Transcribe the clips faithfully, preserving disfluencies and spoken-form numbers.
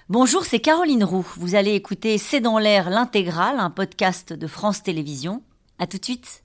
Bonjour, c'est Caroline Roux. Vous allez écouter C'est dans l'air l'intégrale, un podcast de France Télévisions. À tout de suite.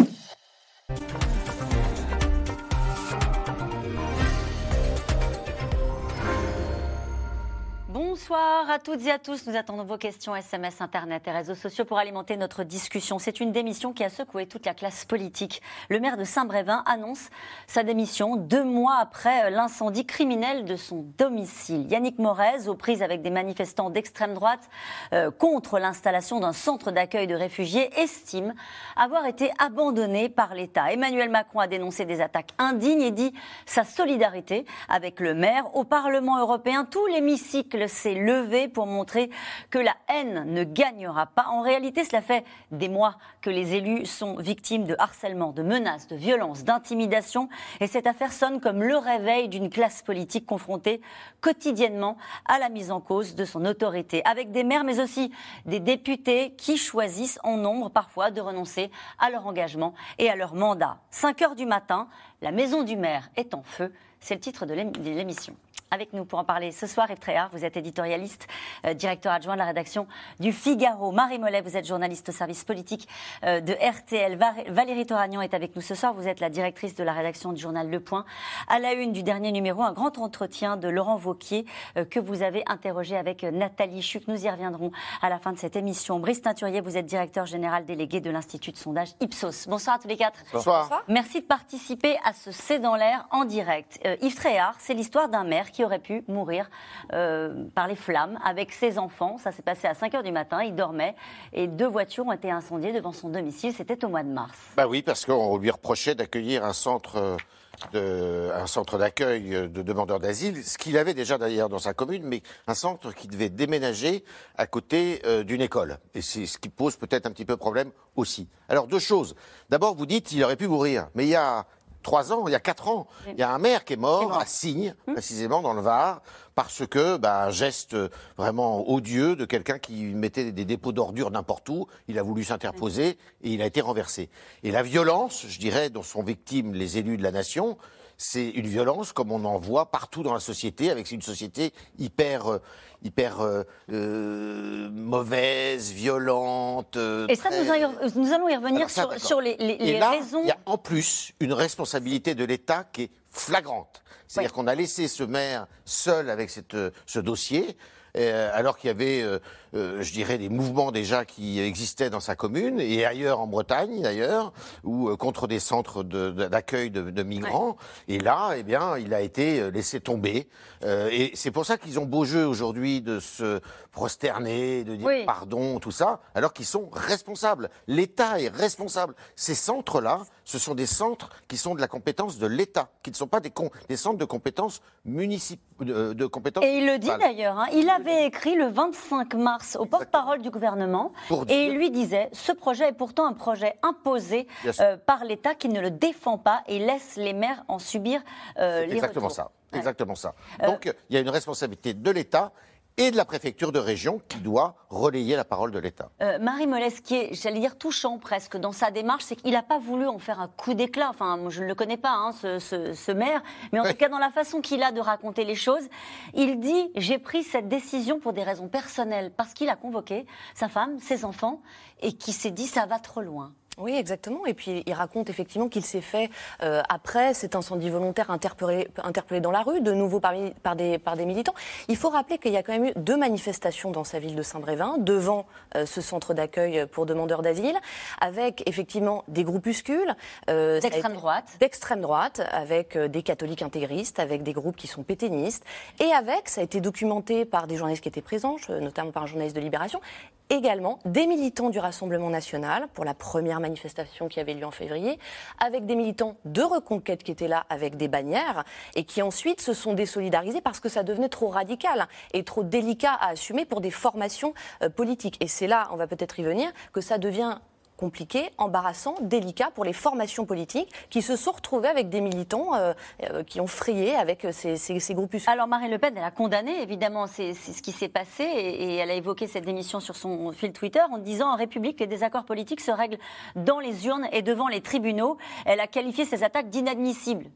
Bonsoir à toutes et à tous. Nous attendons vos questions S M S, Internet et réseaux sociaux pour alimenter notre discussion. C'est une démission qui a secoué toute la classe politique. Le maire de Saint-Brévin annonce sa démission deux mois après l'incendie criminel de son domicile. Yannick Morez, aux prises avec des manifestants d'extrême droite euh, contre l'installation d'un centre d'accueil de réfugiés, estime avoir été abandonné par l'État. Emmanuel Macron a dénoncé des attaques indignes et dit sa solidarité avec le maire. Au Parlement européen, tout l'hémicycle s'est levé pour montrer que la haine ne gagnera pas. En réalité, cela fait des mois que les élus sont victimes de harcèlement, de menaces, de violences, d'intimidation. Et cette affaire sonne comme le réveil d'une classe politique confrontée quotidiennement à la mise en cause de son autorité. Avec des maires, mais aussi des députés qui choisissent en nombre parfois de renoncer à leur engagement et à leur mandat. cinq heures du matin, la maison du maire est en feu. C'est le titre de l'émission. Avec nous pour en parler ce soir, Yves Tréhard, vous êtes éditorialiste, euh, directeur adjoint de la rédaction du Figaro. Marie Mollet, vous êtes journaliste au service politique euh, de R T L. Va- Valérie Toragnan est avec nous ce soir. Vous êtes la directrice de la rédaction du journal Le Point. À la une du dernier numéro, un grand entretien de Laurent Wauquiez euh, que vous avez interrogé avec euh, Nathalie Chuc. Nous y reviendrons à la fin de cette émission. Brice Teinturier, vous êtes directeur général délégué de l'Institut de sondage Ipsos. Bonsoir à tous les quatre. Bonsoir. Bonsoir. Merci de participer à ce C'est dans l'air en direct. Euh, Yves Tréhard, c'est l'histoire d'un maire qui aurait pu mourir euh, par les flammes avec ses enfants. Ça s'est passé à cinq heures du matin, il dormait et deux voitures ont été incendiées devant son domicile. C'était au mois de mars. Bah oui, parce qu'on lui reprochait d'accueillir un centre, de, un centre d'accueil de demandeurs d'asile, ce qu'il avait déjà d'ailleurs dans sa commune, mais un centre qui devait déménager à côté euh, d'une école. Et c'est ce qui pose peut-être un petit peu problème aussi. Alors deux choses. D'abord, vous dites qu'il aurait pu mourir, mais il y a Trois ans, il y a quatre ans, il y a un maire qui est mort, est mort. à Signes, mmh. précisément dans le Var, parce que bah, un geste vraiment odieux de quelqu'un qui mettait des dépôts d'ordures n'importe où, il a voulu s'interposer et il a été renversé. Et la violence, je dirais, dont sont victimes les élus de la nation, c'est une violence comme on en voit partout dans la société, avec une société hyper, euh, hyper euh, euh, mauvaise, violente. Euh, Et ça, très... nous, allons, nous allons y revenir Alors, ça, sur, sur les, les, les Et là, raisons. Il y a en plus une responsabilité de l'État qui est flagrante. C'est-à-dire ouais. qu'on a laissé ce maire seul avec cette, ce dossier. Euh, alors qu'il y avait, euh, euh, je dirais, des mouvements déjà qui existaient dans sa commune et ailleurs en Bretagne d'ailleurs, ou euh, contre des centres de, de, d'accueil de, de migrants. Ouais. Et là, eh bien, il a été laissé tomber. Euh, et c'est pour ça qu'ils ont beau jeu aujourd'hui de se prosterner, de dire oui. pardon, tout ça, alors qu'ils sont responsables. L'État est responsable. Ces centres-là, ce sont des centres qui sont de la compétence de l'État, qui ne sont pas des, com- des centres de compétences municipales. De, de compétences et il le dit d'ailleurs, hein, il avait écrit le vingt-cinq mars au porte-parole du gouvernement et il lui disait « Ce projet est pourtant un projet imposé euh, par l'État qui ne le défend pas et laisse les maires en subir euh, les exactement retours. » ça. Exactement ça. Donc, euh, il y a une responsabilité de l'État et de la préfecture de région qui doit relayer la parole de l'État. Euh, Marie Mollet, ce qui est, j'allais dire, touchant presque dans sa démarche, c'est qu'il n'a pas voulu en faire un coup d'éclat. Enfin, moi, je ne le connais pas, hein, ce, ce, ce maire, mais en oui. tout cas, dans la façon qu'il a de raconter les choses, il dit « J'ai pris cette décision pour des raisons personnelles », parce qu'il a convoqué sa femme, ses enfants, et qui s'est dit « Ça va trop loin ». Oui, exactement. Et puis, il raconte effectivement qu'il s'est fait, euh, après cet incendie volontaire, interpellé, interpellé dans la rue, de nouveau par, par, des, par des militants. Il faut rappeler qu'il y a quand même eu deux manifestations dans sa ville de Saint-Brévin, devant euh, ce centre d'accueil pour demandeurs d'asile, avec effectivement des groupuscules. Euh, d'extrême droite. D'extrême droite, avec euh, des catholiques intégristes, avec des groupes qui sont pétainistes, et avec, ça a été documenté par des journalistes qui étaient présents, notamment par un journaliste de Libération, également des militants du Rassemblement national pour la première manifestation qui avait lieu en février, avec des militants de Reconquête qui étaient là avec des bannières et qui ensuite se sont désolidarisés parce que ça devenait trop radical et trop délicat à assumer pour des formations euh, politiques. Et c'est là, on va peut-être y venir, que ça devient compliqué, embarrassant, délicat pour les formations politiques qui se sont retrouvées avec des militants euh, euh, qui ont frayé avec ces, ces, ces groupuscules. Alors Marine Le Pen, elle a condamné évidemment c'est, c'est ce qui s'est passé et, et elle a évoqué cette démission sur son fil Twitter en disant en République les désaccords politiques se règlent dans les urnes et devant les tribunaux. Elle a qualifié ces attaques d'inadmissibles.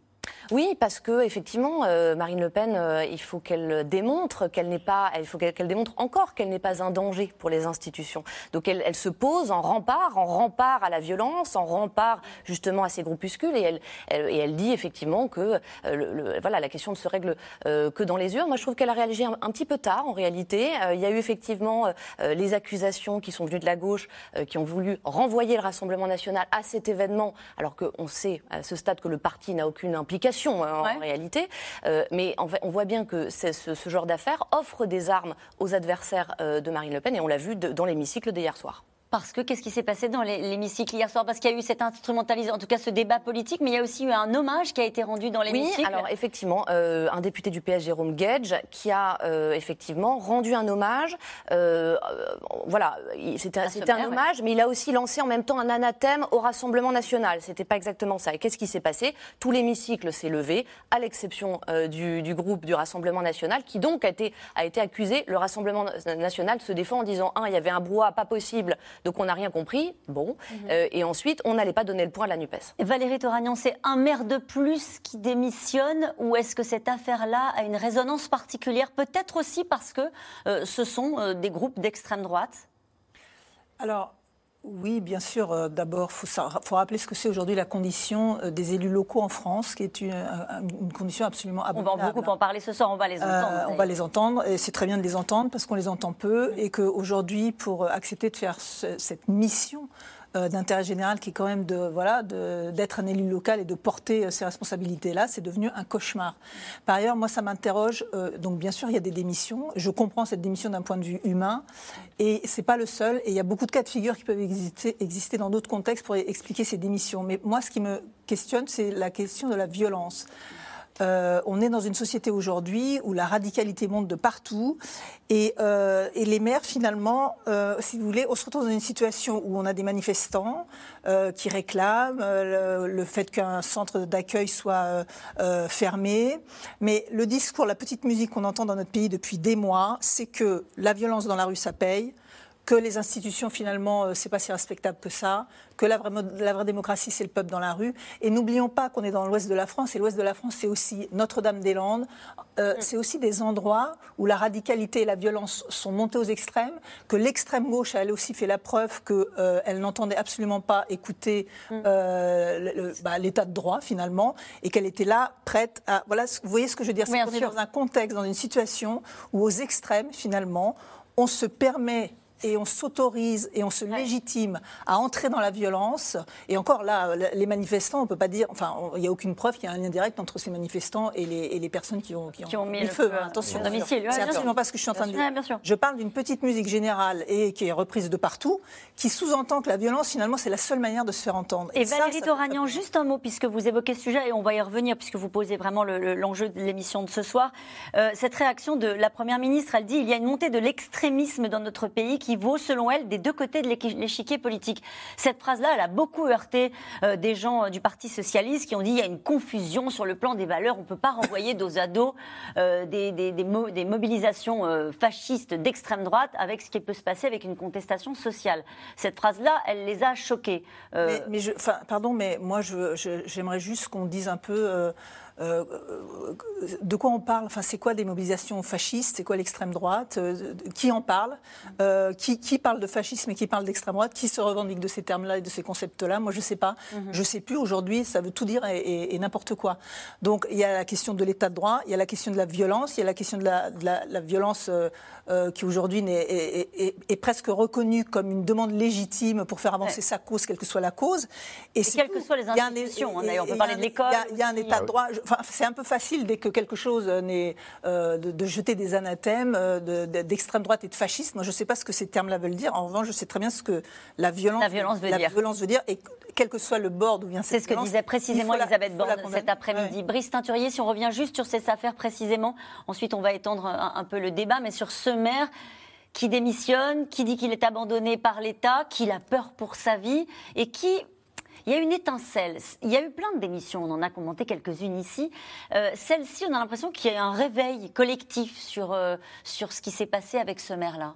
Oui, parce que effectivement, euh, Marine Le Pen, euh, il faut qu'elle démontre qu'elle n'est pas, il faut qu'elle, qu'elle démontre encore qu'elle n'est pas un danger pour les institutions. Donc elle, elle se pose en rempart, en rempart à la violence, en rempart justement à ces groupuscules, et elle, elle, et elle dit effectivement que euh, le, le, voilà, la question ne se règle euh, que dans les urnes. Moi, je trouve qu'elle a réagi un, un petit peu tard en réalité. Euh, il y a eu effectivement euh, les accusations qui sont venues de la gauche, euh, qui ont voulu renvoyer le Rassemblement national à cet événement, alors qu'on sait à ce stade que le parti n'a aucune implication. En ouais. réalité, euh, mais en fait, on voit bien que ce, ce genre d'affaires offre des armes aux adversaires euh, de Marine Le Pen, et on l'a vu de, dans l'hémicycle d'hier soir. Parce que qu'est-ce qui s'est passé dans l'hémicycle hier soir? Parce qu'il y a eu cette instrumentalisation, en tout cas ce débat politique, mais il y a aussi eu un hommage qui a été rendu dans l'hémicycle. Oui, alors effectivement, euh, un député du P S, Jérôme Guedj, qui a euh, effectivement rendu un hommage. Euh, euh, voilà, c'était un maire, hommage, ouais. mais il a aussi lancé en même temps un anathème au Rassemblement national. C'était pas exactement ça. Et qu'est-ce qui s'est passé? Tout l'hémicycle s'est levé, à l'exception euh, du, du groupe du Rassemblement national, qui donc a été, a été accusé. Le Rassemblement national se défend en disant, un, il y avait un brouhaha pas possible. Donc on n'a rien compris, bon, mmh. euh, et ensuite on n'allait pas donner le point à la NUPES. Valérie Toragnan, c'est un maire de plus qui démissionne, ou est-ce que cette affaire-là a une résonance particulière? Peut-être aussi parce que euh, ce sont euh, des groupes d'extrême droite. Alors, oui, bien sûr. Euh, D'abord, il faut, faut rappeler ce que c'est aujourd'hui la condition euh, des élus locaux en France, qui est une, une condition absolument abominable. On va beaucoup en parler ce soir, on va les entendre. Euh, on va les entendre, et c'est très bien de les entendre, parce qu'on les entend peu, oui. et qu'aujourd'hui, pour accepter de faire ce, cette mission euh, d'intérêt général, qui est quand même de, voilà, de, d'être un élu local et de porter euh, ces responsabilités-là, c'est devenu un cauchemar. Par ailleurs, moi, ça m'interroge. Euh, donc, bien sûr, il y a des démissions. Je comprends cette démission d'un point de vue humain. Et ce n'est pas le seul. Et il y a beaucoup de cas de figure qui peuvent exister, exister dans d'autres contextes pour expliquer ces démissions. Mais moi, ce qui me questionne, c'est la question de la violence. Euh, on est dans une société aujourd'hui où la radicalité monte de partout, et, euh, et les maires, finalement, euh, si vous voulez, on se retrouve dans une situation où on a des manifestants euh, qui réclament euh, le, le fait qu'un centre d'accueil soit euh, fermé. Mais le discours, la petite musique qu'on entend dans notre pays depuis des mois, c'est que la violence dans la rue, ça paye, que les institutions, finalement, c'est pas si respectable que ça, que la vraie, la vraie démocratie, c'est le peuple dans la rue. Et n'oublions pas qu'on est dans l'ouest de la France, et l'ouest de la France, c'est aussi Notre-Dame-des-Landes, euh, mmh. c'est aussi des endroits où la radicalité et la violence sont montées aux extrêmes, que l'extrême gauche a elle aussi fait la preuve qu'elle euh, n'entendait absolument pas écouter mmh. euh, le, bah, l'état de droit, finalement, et qu'elle était là, prête à... Voilà, vous voyez ce que je veux dire? C'est qu'on est dans un contexte, dans une situation où, aux extrêmes, finalement, on se permet... et on s'autorise et on se légitime à entrer dans la violence. Et encore là, les manifestants, on ne peut pas dire... Enfin, il n'y a aucune preuve qu'il y a un lien direct entre ces manifestants et les, et les personnes qui ont, qui qui ont, ont mis, mis le feu. feu. Attention, domicile. C'est absolument pas ce que je suis en train de dire. Ouais, je parle d'une petite musique générale et qui est reprise de partout, qui sous-entend que la violence, finalement, c'est la seule manière de se faire entendre. Et, et ça, Valérie Toragnan, juste un mot, puisque vous évoquez ce sujet, et on va y revenir, puisque vous posez vraiment le, le, l'enjeu de l'émission de ce soir. Euh, cette réaction de la Première ministre, elle dit il y a une montée de l'extrémisme dans notre pays qui vaut, selon elle, des deux côtés de l'échiquier politique. Cette phrase-là, elle a beaucoup heurté euh, des gens euh, du Parti socialiste qui ont dit il y a une confusion sur le plan des valeurs, on ne peut pas renvoyer dos à dos euh, des, des, des, mo- des mobilisations euh, fascistes d'extrême droite avec ce qui peut se passer avec une contestation sociale. Cette phrase-là, elle les a choqués. Euh... Mais, mais je, pardon, mais moi, je, je, j'aimerais juste qu'on dise un peu... Euh, Euh, de quoi on parle? Enfin, c'est quoi des mobilisations fascistes? C'est quoi l'extrême droite? euh, Qui en parle? euh, qui, qui parle de fascisme et qui parle d'extrême droite? Qui se revendique de ces termes-là et de ces concepts-là? Moi, je ne sais pas. Mm-hmm. Je ne sais plus. Aujourd'hui, ça veut tout dire et, et, et n'importe quoi. Donc, il y a la question de l'état de droit, il y a la question de la violence, il y a la question de la, de la, la violence euh, euh, qui, aujourd'hui, est, est, est, est presque reconnue comme une demande légitime pour faire avancer ouais. sa cause, quelle que soit la cause. Et, et quelles que soient les institutions. Un, hein, d'ailleurs, on peut parler de l'école. Il y, y a un état de droit... Je, Enfin, c'est un peu facile dès que quelque chose n'est euh, de, de jeter des anathèmes euh, de, de, d'extrême droite et de fascisme. Moi, je ne sais pas ce que ces termes-là veulent dire. En revanche, je sais très bien ce que la violence, la violence veut la dire. Violence veut dire. Et quel que soit le bord d'où vient cette violence. C'est ce violence, que disait précisément Elisabeth Borne cet après-midi. Ouais. Brice Teinturier, si on revient juste sur ces affaires précisément, ensuite on va étendre un, un peu le débat, mais sur ce maire qui démissionne, qui dit qu'il est abandonné par l'État, qu'il a peur pour sa vie et qui... Il y a une étincelle. Il y a eu plein de démissions, on en a commenté quelques-unes ici. Euh, celle-ci, on a l'impression qu'il y a eu un réveil collectif sur, euh, sur ce qui s'est passé avec ce maire-là.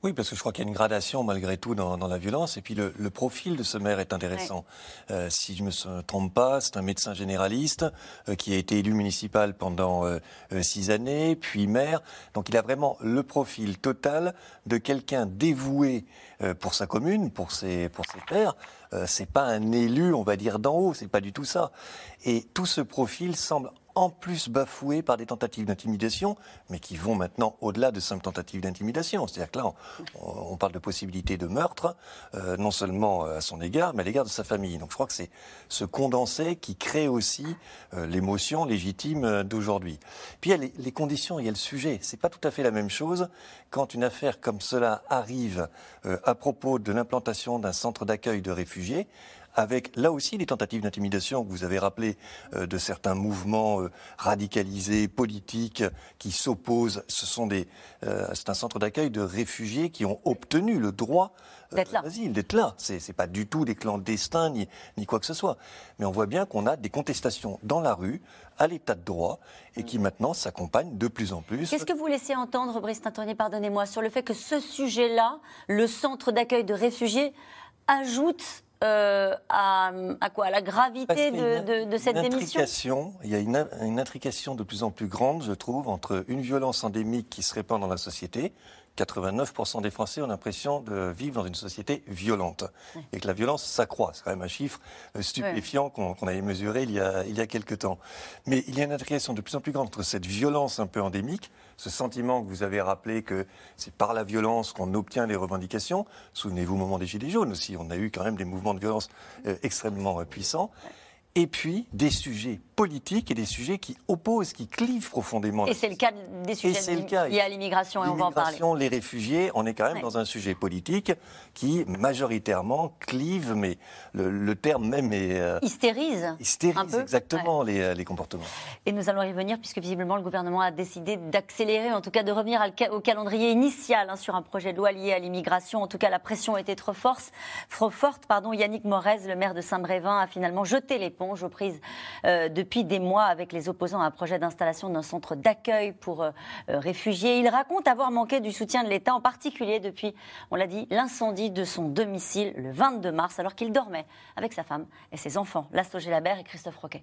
Oui, parce que je crois qu'il y a une gradation malgré tout dans, dans la violence. Et puis le, le profil de ce maire est intéressant. Ouais. Euh, si je ne me trompe pas, c'est un médecin généraliste euh, qui a été élu municipal pendant euh, euh, six années, puis maire. Donc il a vraiment le profil total de quelqu'un dévoué euh, pour sa commune, pour ses, pour ses pairs. Euh, c'est pas un élu, on va dire, d'en haut. C'est pas du tout ça. Et tout ce profil semble en plus bafoué par des tentatives d'intimidation, mais qui vont maintenant au-delà de simples tentatives d'intimidation. C'est-à-dire que là, on, on parle de possibilité de meurtre, euh, non seulement à son égard, mais à l'égard de sa famille. Donc je crois que c'est ce condensé qui crée aussi euh, l'émotion légitime d'aujourd'hui. Puis il y a les, les conditions, il y a le sujet. C'est pas tout à fait la même chose quand une affaire comme cela arrive euh, à propos de l'implantation d'un centre d'accueil de réfugiés, avec là aussi les tentatives d'intimidation que vous avez rappelées euh, de certains mouvements euh, radicalisés, politiques, qui s'opposent. Ce sont des, euh, c'est un centre d'accueil de réfugiés qui ont obtenu le droit euh, d'être là. d'asile, d'être là. C'est, c'est pas du tout des clandestins ni, ni quoi que ce soit. Mais on voit bien qu'on a des contestations dans la rue, à l'état de droit, et qui maintenant s'accompagnent de plus en plus. Qu'est-ce que vous laissez entendre, Brice Tintonnier, pardonnez-moi, sur le fait que ce sujet-là, le centre d'accueil de réfugiés, ajoute Euh, à, à quoi à la gravité de, de, de cette démission. Il y a une, une intrication de plus en plus grande, je trouve, entre une violence endémique qui se répand dans la société. quatre-vingt-neuf pour cent des Français ont l'impression de vivre dans une société violente. Oui. Et que la violence s'accroît. C'est quand même un chiffre stupéfiant oui. qu'on, qu'on avait mesuré il y a, il y a quelque temps. Mais il y a une intrication de plus en plus grande entre cette violence un peu endémique, ce sentiment que vous avez rappelé que c'est par la violence qu'on obtient les revendications. Souvenez-vous au moment des Gilets jaunes aussi, on a eu quand même des mouvements de violence euh, extrêmement euh, puissants. Et puis des sujets politiques et des sujets qui opposent, qui clivent profondément. Et c'est le cas des sujets liés à l'immigration, et on va en parler. L'immigration, les réfugiés, on est quand même ouais. dans un sujet politique qui majoritairement clive, mais le, le terme même est... Euh, hystérise. Hystérise, un peu. exactement, ouais. les, les comportements. Et nous allons y revenir, puisque visiblement le gouvernement a décidé d'accélérer, en tout cas de revenir au calendrier initial hein, sur un projet de loi lié à l'immigration. En tout cas, la pression était trop forte. Trop forte pardon. Yannick Morez, le maire de Saint-Brévin, a finalement jeté l'éponge aux prises euh, depuis des mois avec les opposants à un projet d'installation d'un centre d'accueil pour euh, réfugiés. Il raconte avoir manqué du soutien de l'État, en particulier depuis, on l'a dit, l'incendie de son domicile le vingt-deux mars, alors qu'il dormait avec sa femme et ses enfants. Laszlo Gelabert et Christophe Roquet.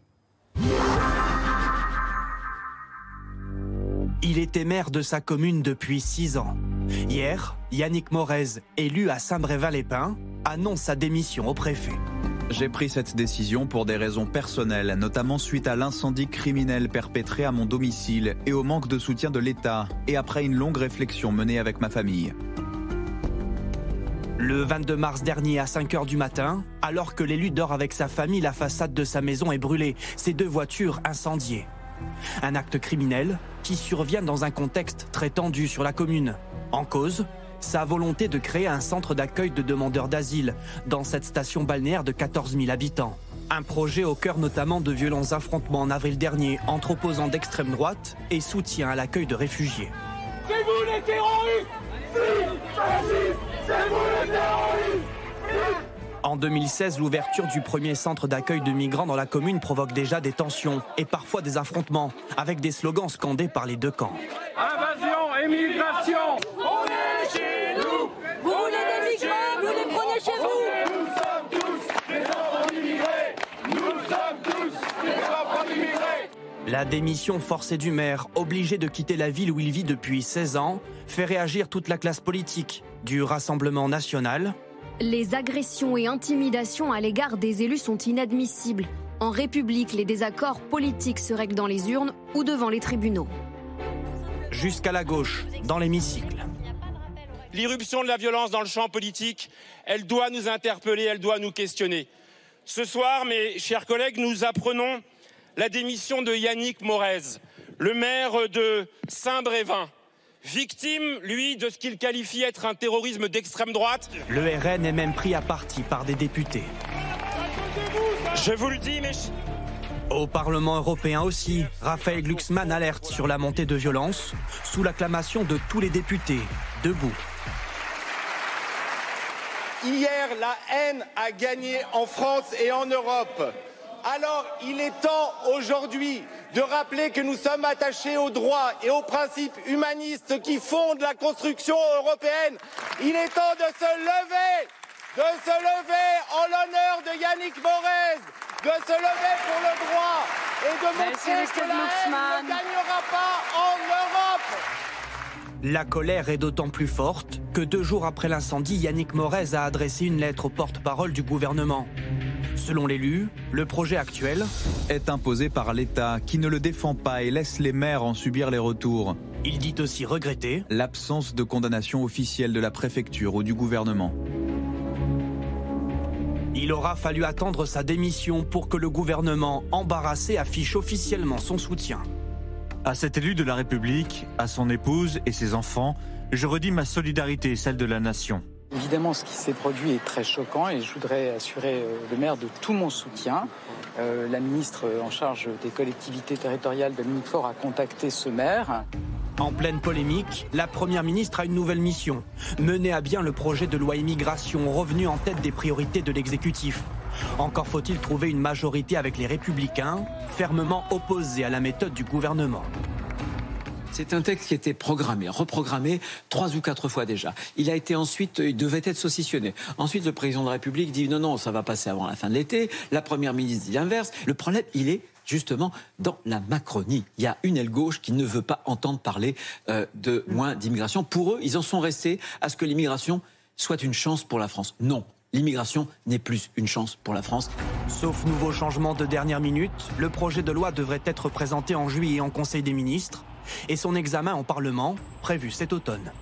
Il était maire de sa commune depuis six ans. Hier, Yannick Morez, élu à Saint-Brévin-les-Pins, annonce sa démission au préfet. J'ai pris cette décision pour des raisons personnelles, notamment suite à l'incendie criminel perpétré à mon domicile et au manque de soutien de l'État, et après une longue réflexion menée avec ma famille. Le vingt-deux mars dernier à cinq heures du matin, alors que l'élu dort avec sa famille, la façade de sa maison est brûlée, ses deux voitures incendiées. Un acte criminel qui survient dans un contexte très tendu sur la commune. En cause, sa volonté de créer un centre d'accueil de demandeurs d'asile dans cette station balnéaire de quatorze mille habitants. Un projet au cœur notamment de violents affrontements en avril dernier entre opposants d'extrême droite et soutien à l'accueil de réfugiés. C'est vous les terroristes! C'est vous les terroristes! En deux mille seize, l'ouverture du premier centre d'accueil de migrants dans la commune provoque déjà des tensions et parfois des affrontements, avec des slogans scandés par les deux camps. Invasion, émigration, on est chez nous. Vous voulez des migrants, vous les prenez chez vous. Nous sommes tous des enfants d'immigrés. Nous sommes tous des enfants d'immigrés. La démission forcée du maire, obligé de quitter la ville où il vit depuis seize ans, fait réagir toute la classe politique, du Rassemblement national. Les agressions et intimidations à l'égard des élus sont inadmissibles. En République, les désaccords politiques se règlent dans les urnes ou devant les tribunaux. Jusqu'à la gauche, dans l'hémicycle. L'irruption de la violence dans le champ politique, elle doit nous interpeller, elle doit nous questionner. Ce soir, mes chers collègues, nous apprenons la démission de Yannick Morez, le maire de Saint-Brévin. Victime, lui, de ce qu'il qualifie être un terrorisme d'extrême droite. Le R N est même pris à partie par des députés. Je vous le dis, mais... Au Parlement européen aussi, Raphaël Glucksmann alerte sur la montée de violence, sous l'acclamation de tous les députés. Debout. Hier, la haine a gagné en France et en Europe. Alors, il est temps aujourd'hui de rappeler que nous sommes attachés aux droits et aux principes humanistes qui fondent la construction européenne. Il est temps de se lever, de se lever en l'honneur de Yannick Morez, de se lever pour le droit et de montrer que la haine ne gagnera pas en Europe. La colère est d'autant plus forte que deux jours après l'incendie, Yannick Morez a adressé une lettre au porte-parole du gouvernement. Selon l'élu, le projet actuel est imposé par l'État qui ne le défend pas et laisse les maires en subir les retours. Il dit aussi regretter l'absence de condamnation officielle de la préfecture ou du gouvernement. Il aura fallu attendre sa démission pour que le gouvernement, embarrassé, affiche officiellement son soutien. À cet élu de la République, à son épouse et ses enfants, je redis ma solidarité et celle de la nation. Évidemment, ce qui s'est produit est très choquant et je voudrais assurer le maire de tout mon soutien. Euh, la ministre en charge des collectivités territoriales, Dominique Faure, a contacté ce maire. En pleine polémique, la Première ministre a une nouvelle mission. Mener à bien le projet de loi immigration revenu en tête des priorités de l'exécutif. Encore faut-il trouver une majorité avec les Républicains, fermement opposés à la méthode du gouvernement. C'est un texte qui était programmé, reprogrammé trois ou quatre fois déjà. Il a été ensuite, il devait être saucissonné. Ensuite, le président de la République dit non, non, ça va passer avant la fin de l'été. La première ministre dit l'inverse. Le problème, il est justement dans la Macronie. Il y a une aile gauche qui ne veut pas entendre parler euh, de moins d'immigration. Pour eux, ils en sont restés à ce que l'immigration soit une chance pour la France. Non. L'immigration n'est plus une chance pour la France. Sauf nouveau changement de dernière minute, le projet de loi devrait être présenté en juillet en Conseil des ministres et son examen en Parlement prévu cet automne.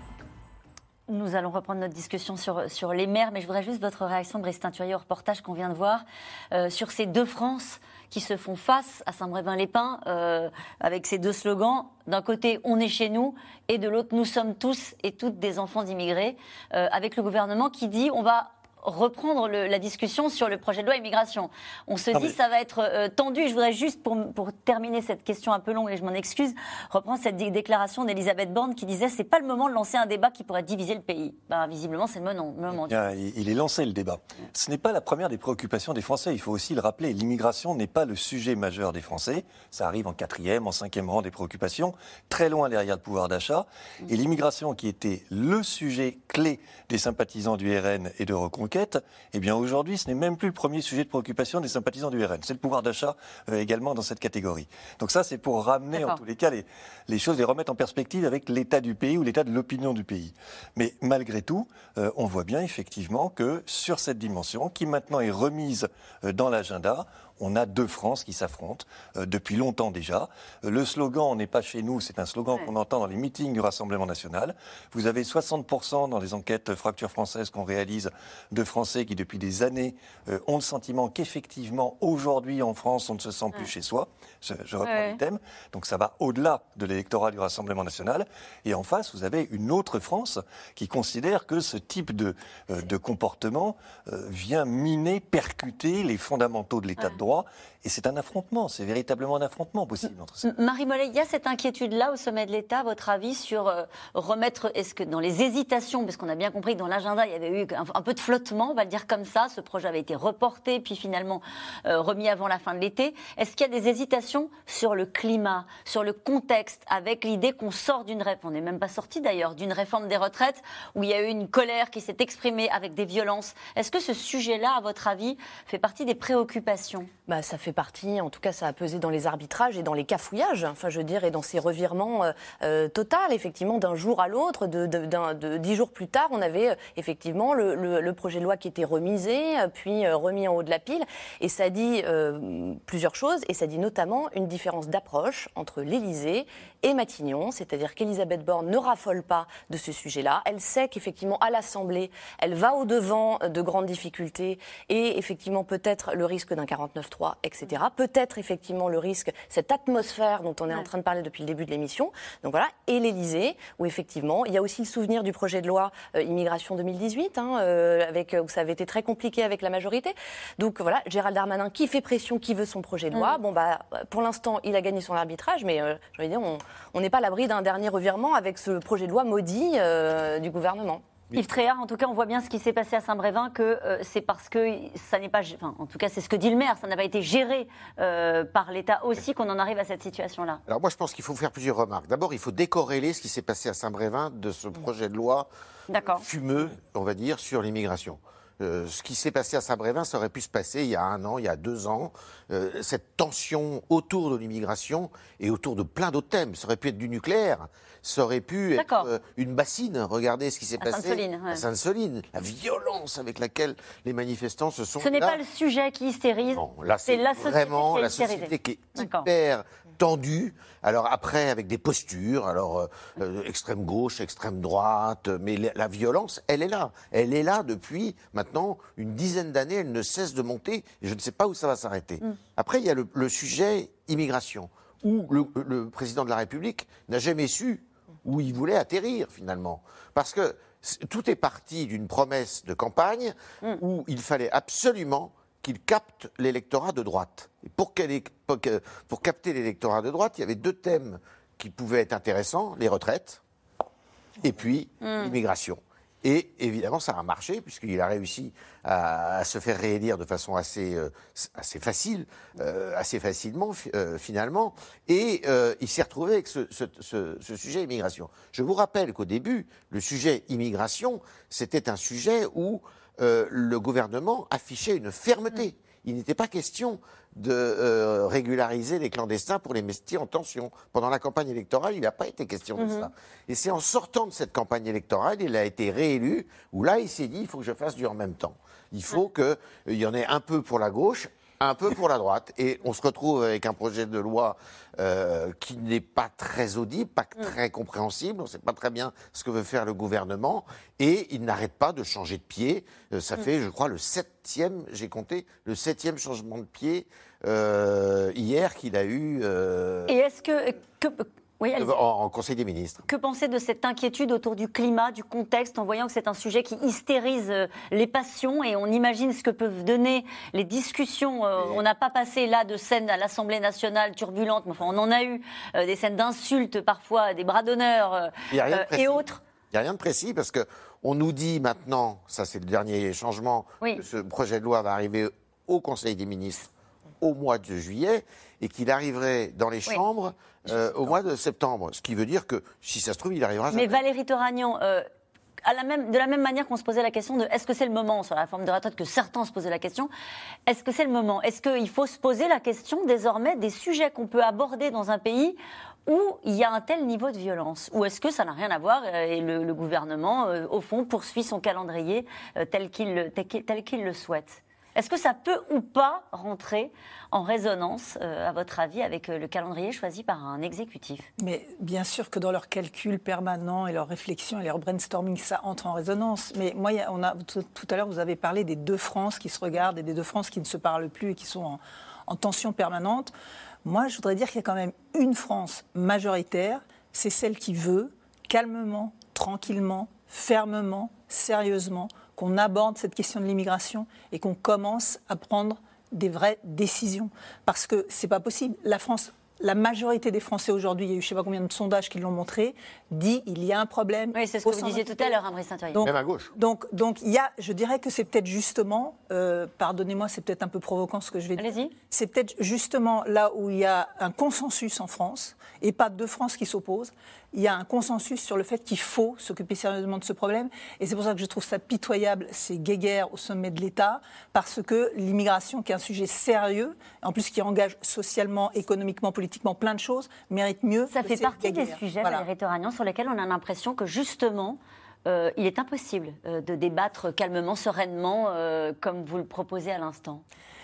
Nous allons reprendre notre discussion sur, sur les maires, mais je voudrais juste votre réaction, Brice Teinturier, au reportage qu'on vient de voir euh, sur ces deux France qui se font face à Saint-Brévin-les-Pins euh, avec ces deux slogans. D'un côté, on est chez nous, et de l'autre, nous sommes tous et toutes des enfants d'immigrés, euh, avec le gouvernement qui dit on va reprendre le, la discussion sur le projet de loi immigration. On se ah dit mais... ça va être euh, tendu. Je voudrais juste, pour, pour terminer cette question un peu longue, et je m'en excuse, reprendre cette dé- déclaration d'Elisabeth Borne qui disait c'est pas le moment de lancer un débat qui pourrait diviser le pays. Ben, visiblement, c'est le moment. Le moment. Bien, il est lancé le débat. Ce n'est pas la première des préoccupations des Français. Il faut aussi le rappeler. L'immigration n'est pas le sujet majeur des Français. Ça arrive en quatrième, en cinquième rang des préoccupations, très loin derrière le pouvoir d'achat. Et l'immigration, qui était le sujet clé des sympathisants du R N et de Reconquête, eh bien aujourd'hui, ce n'est même plus le premier sujet de préoccupation des sympathisants du R N. C'est le pouvoir d'achat euh, également dans cette catégorie. Donc ça, c'est pour ramener D'accord. en tous les cas les, les choses, les remettre en perspective avec l'état du pays ou l'état de l'opinion du pays. Mais malgré tout, euh, on voit bien effectivement que sur cette dimension, qui maintenant est remise euh, dans l'agenda, on a deux France qui s'affrontent euh, depuis longtemps déjà. Euh, le slogan « On n'est pas chez nous », c'est un slogan ouais. qu'on entend dans les meetings du Rassemblement national. Vous avez soixante pour cent dans les enquêtes Fracture française qu'on réalise de Français qui, depuis des années, euh, ont le sentiment qu'effectivement, aujourd'hui en France, on ne se sent plus ouais. chez soi. Je, je reprends ouais. les thèmes. Donc ça va au-delà de l'électorat du Rassemblement national. Et en face, vous avez une autre France qui considère que ce type de, euh, de comportement euh, vient miner, percuter les fondamentaux de l'état ouais. de droit. Et c'est un affrontement, c'est véritablement un affrontement possible entre ça. Marie Mollet, il y a cette inquiétude-là au sommet de l'État, à votre avis, sur euh, remettre, est-ce que dans les hésitations, parce qu'on a bien compris que dans l'agenda, il y avait eu un, un peu de flottement, on va le dire comme ça, ce projet avait été reporté, puis finalement euh, remis avant la fin de l'été. Est-ce qu'il y a des hésitations sur le climat, sur le contexte, avec l'idée qu'on sort d'une réforme, on n'est même pas sorti d'ailleurs, d'une réforme des retraites, où il y a eu une colère qui s'est exprimée avec des violences. Est-ce que ce sujet-là, à votre avis, fait partie des préoccupations ? Bah, ça fait partie, en tout cas ça a pesé dans les arbitrages et dans les cafouillages, enfin je veux dire, et dans ces revirements euh, euh, total, effectivement, d'un jour à l'autre, de, de, d'un, de dix jours plus tard, on avait euh, effectivement le, le, le projet de loi qui était remisé, euh, puis euh, remis en haut de la pile, et ça dit euh, plusieurs choses, et ça dit notamment une différence d'approche entre l'Élysée et Matignon, c'est-à-dire qu'Elisabeth Borne ne raffole pas de ce sujet-là, elle sait qu'effectivement à l'Assemblée, elle va au-devant de grandes difficultés, et effectivement peut-être le risque d'un quarante-neuf trois, et cetera. Peut-être effectivement le risque, cette atmosphère dont on est ouais. en train de parler depuis le début de l'émission. Donc voilà, et l'Élysée, où effectivement, il y a aussi le souvenir du projet de loi euh, immigration deux mille dix-huit, hein, euh, avec, où ça avait été très compliqué avec la majorité. Donc voilà, Gérald Darmanin qui fait pression, qui veut son projet de loi. Mmh. Bon bah, pour l'instant, il a gagné son arbitrage, mais euh, j'ai envie de dire, on n'est pas à l'abri d'un dernier revirement avec ce projet de loi maudit euh, du gouvernement. Yves Tréhard, en tout cas, on voit bien ce qui s'est passé à Saint-Brévin, que euh, c'est parce que ça n'est pas... Enfin, en tout cas, c'est ce que dit le maire, ça n'a pas été géré euh, par l'État aussi qu'on en arrive à cette situation-là. Alors moi, je pense qu'il faut faire plusieurs remarques. D'abord, il faut décorréler ce qui s'est passé à Saint-Brévin de ce projet de loi fumeux, on va dire, sur l'immigration. Euh, ce qui s'est passé à Saint-Brévin, ça aurait pu se passer il y a un an, il y a deux ans. Euh, cette tension autour de l'immigration et autour de plein d'autres thèmes. Ça aurait pu être du nucléaire, ça aurait pu être euh, une bassine. Regardez ce qui s'est passé Sainte-Soline, ouais. à Sainte-Soline. La violence avec laquelle les manifestants se sont... Ce n'est là. pas le sujet qui hystérise, Non, là, c'est la société vraiment qui est la hystérisée. société qui est hyper tendue. Alors après, avec des postures, alors euh, extrême gauche, extrême droite, mais la, la violence, elle est là. Elle est là depuis maintenant une dizaine d'années. Elle ne cesse de monter. Et je ne sais pas où ça va s'arrêter. Mm. Après, il y a le, le sujet immigration, où le, le président de la République n'a jamais su où il voulait atterrir finalement, parce que tout est parti d'une promesse de campagne mm. où il fallait absolument qu'il capte l'électorat de droite. Et pour, pour, pour capter l'électorat de droite, il y avait deux thèmes qui pouvaient être intéressants, les retraites et puis mmh. l'immigration. Et évidemment, ça a marché, puisqu'il a réussi à, à se faire réélire de façon assez, euh, assez facile, euh, assez facilement, euh, finalement. Et euh, il s'est retrouvé avec ce, ce, ce, ce sujet immigration. Je vous rappelle qu'au début, le sujet immigration, c'était un sujet où euh, le gouvernement affichait une fermeté. Il n'était pas question de euh, régulariser les clandestins pour les métiers en tension. Pendant la campagne électorale, il n'a pas été question de mmh. ça. Et c'est en sortant de cette campagne électorale, il a été réélu, où là, il s'est dit, il faut que je fasse du en même temps. Il faut qu'il euh, y en ait un peu pour la gauche, un peu pour la droite. Et on se retrouve avec un projet de loi euh, qui n'est pas très audible, pas très compréhensible. On ne sait pas très bien ce que veut faire le gouvernement. Et il n'arrête pas de changer de pied. Euh, ça fait, je crois, le septième, j'ai compté, le septième changement de pied euh, hier qu'il a eu... Euh, Et est-ce que... que... Oui, en, en Conseil des ministres. Que penser de cette inquiétude autour du climat, du contexte, en voyant que c'est un sujet qui hystérise les passions et on imagine ce que peuvent donner les discussions. Euh, on n'a pas passé là de scènes à l'Assemblée nationale turbulentes, mais enfin on en a eu euh, des scènes d'insultes parfois, des bras d'honneur euh, euh, et autres. Il n'y a rien de précis parce qu'on nous dit maintenant, ça c'est le dernier changement, oui. que ce projet de loi va arriver au Conseil des ministres au mois de juillet et qu'il arriverait dans les chambres oui. euh, au mois de septembre. Ce qui veut dire que, si ça se trouve, il arrivera jamais. Mais Valérie Toragnan, euh, à la même, de la même manière qu'on se posait la question de est-ce que c'est le moment, sur la réforme de retraite, que certains se posaient la question, est-ce que c'est le moment? Est-ce qu'il faut se poser la question désormais des sujets qu'on peut aborder dans un pays où il y a un tel niveau de violence? Ou est-ce que ça n'a rien à voir et le, le gouvernement, euh, au fond, poursuit son calendrier euh, tel qu'il, tel qu'il, tel qu'il le souhaite? Est-ce que ça peut ou pas rentrer en résonance, euh, à votre avis, avec euh, le calendrier choisi par un exécutif? Mais bien sûr que dans leurs calculs permanents et leurs réflexions et leur brainstorming, ça entre en résonance. Mais moi, on a, tout, tout à l'heure, vous avez parlé des deux France qui se regardent et des deux France qui ne se parlent plus et qui sont en, en tension permanente. Moi, je voudrais dire qu'il y a quand même une France majoritaire, c'est celle qui veut, calmement, tranquillement, fermement, sérieusement, qu'on aborde cette question de l'immigration et qu'on commence à prendre des vraies décisions. Parce que c'est pas possible. La France, la majorité des Français aujourd'hui, il y a eu je ne sais pas combien de sondages qui l'ont montré, dit il y a un problème. Oui, c'est ce que vous disiez tout à l'heure, Brice Saint-Hoël. Même à gauche. Donc, donc il y a, je dirais que c'est peut-être justement, euh, pardonnez-moi, c'est peut-être un peu provoquant ce que je vais dire. Allez-y. C'est peut-être justement là où il y a un consensus en France, et pas deux France qui s'opposent. Il y a un consensus sur le fait qu'il faut s'occuper sérieusement de ce problème. Et c'est pour ça que je trouve ça pitoyable, ces guéguerres au sommet de l'État, parce que l'immigration, qui est un sujet sérieux, en plus qui engage socialement, économiquement, politiquement, plein de choses, mérite mieux. Ça fait partie des sujets, voilà. Valérie Toragnan, sur lesquels on a l'impression que justement, euh, il est impossible euh, de débattre calmement, sereinement, euh, comme vous le proposez à l'instant.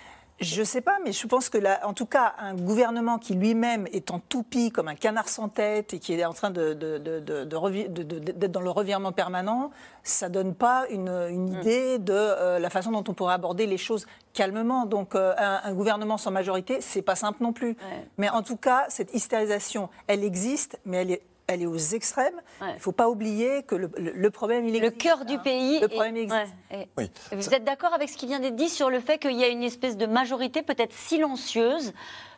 Je ne sais pas, mais je pense que, là, en tout cas, un gouvernement qui lui-même est en toupie, comme un canard sans tête, et qui est en train de, de, de, de, de revi- de, de, d'être dans le revirement permanent, ça ne donne pas une, une mmh. idée de euh, la façon dont on pourrait aborder les choses calmement. Donc, euh, un, un gouvernement sans majorité, ce n'est pas simple non plus. Ouais. Mais en tout cas, cette hystérisation, elle existe, mais elle est... Elle est aux extrêmes. Ouais. Il ne faut pas oublier que le, le, le problème, il existe. Le cœur du pays. Le problème est... existe. Ouais. Oui. Vous êtes d'accord avec ce qui vient d'être dit sur le fait qu'il y a une espèce de majorité peut-être silencieuse,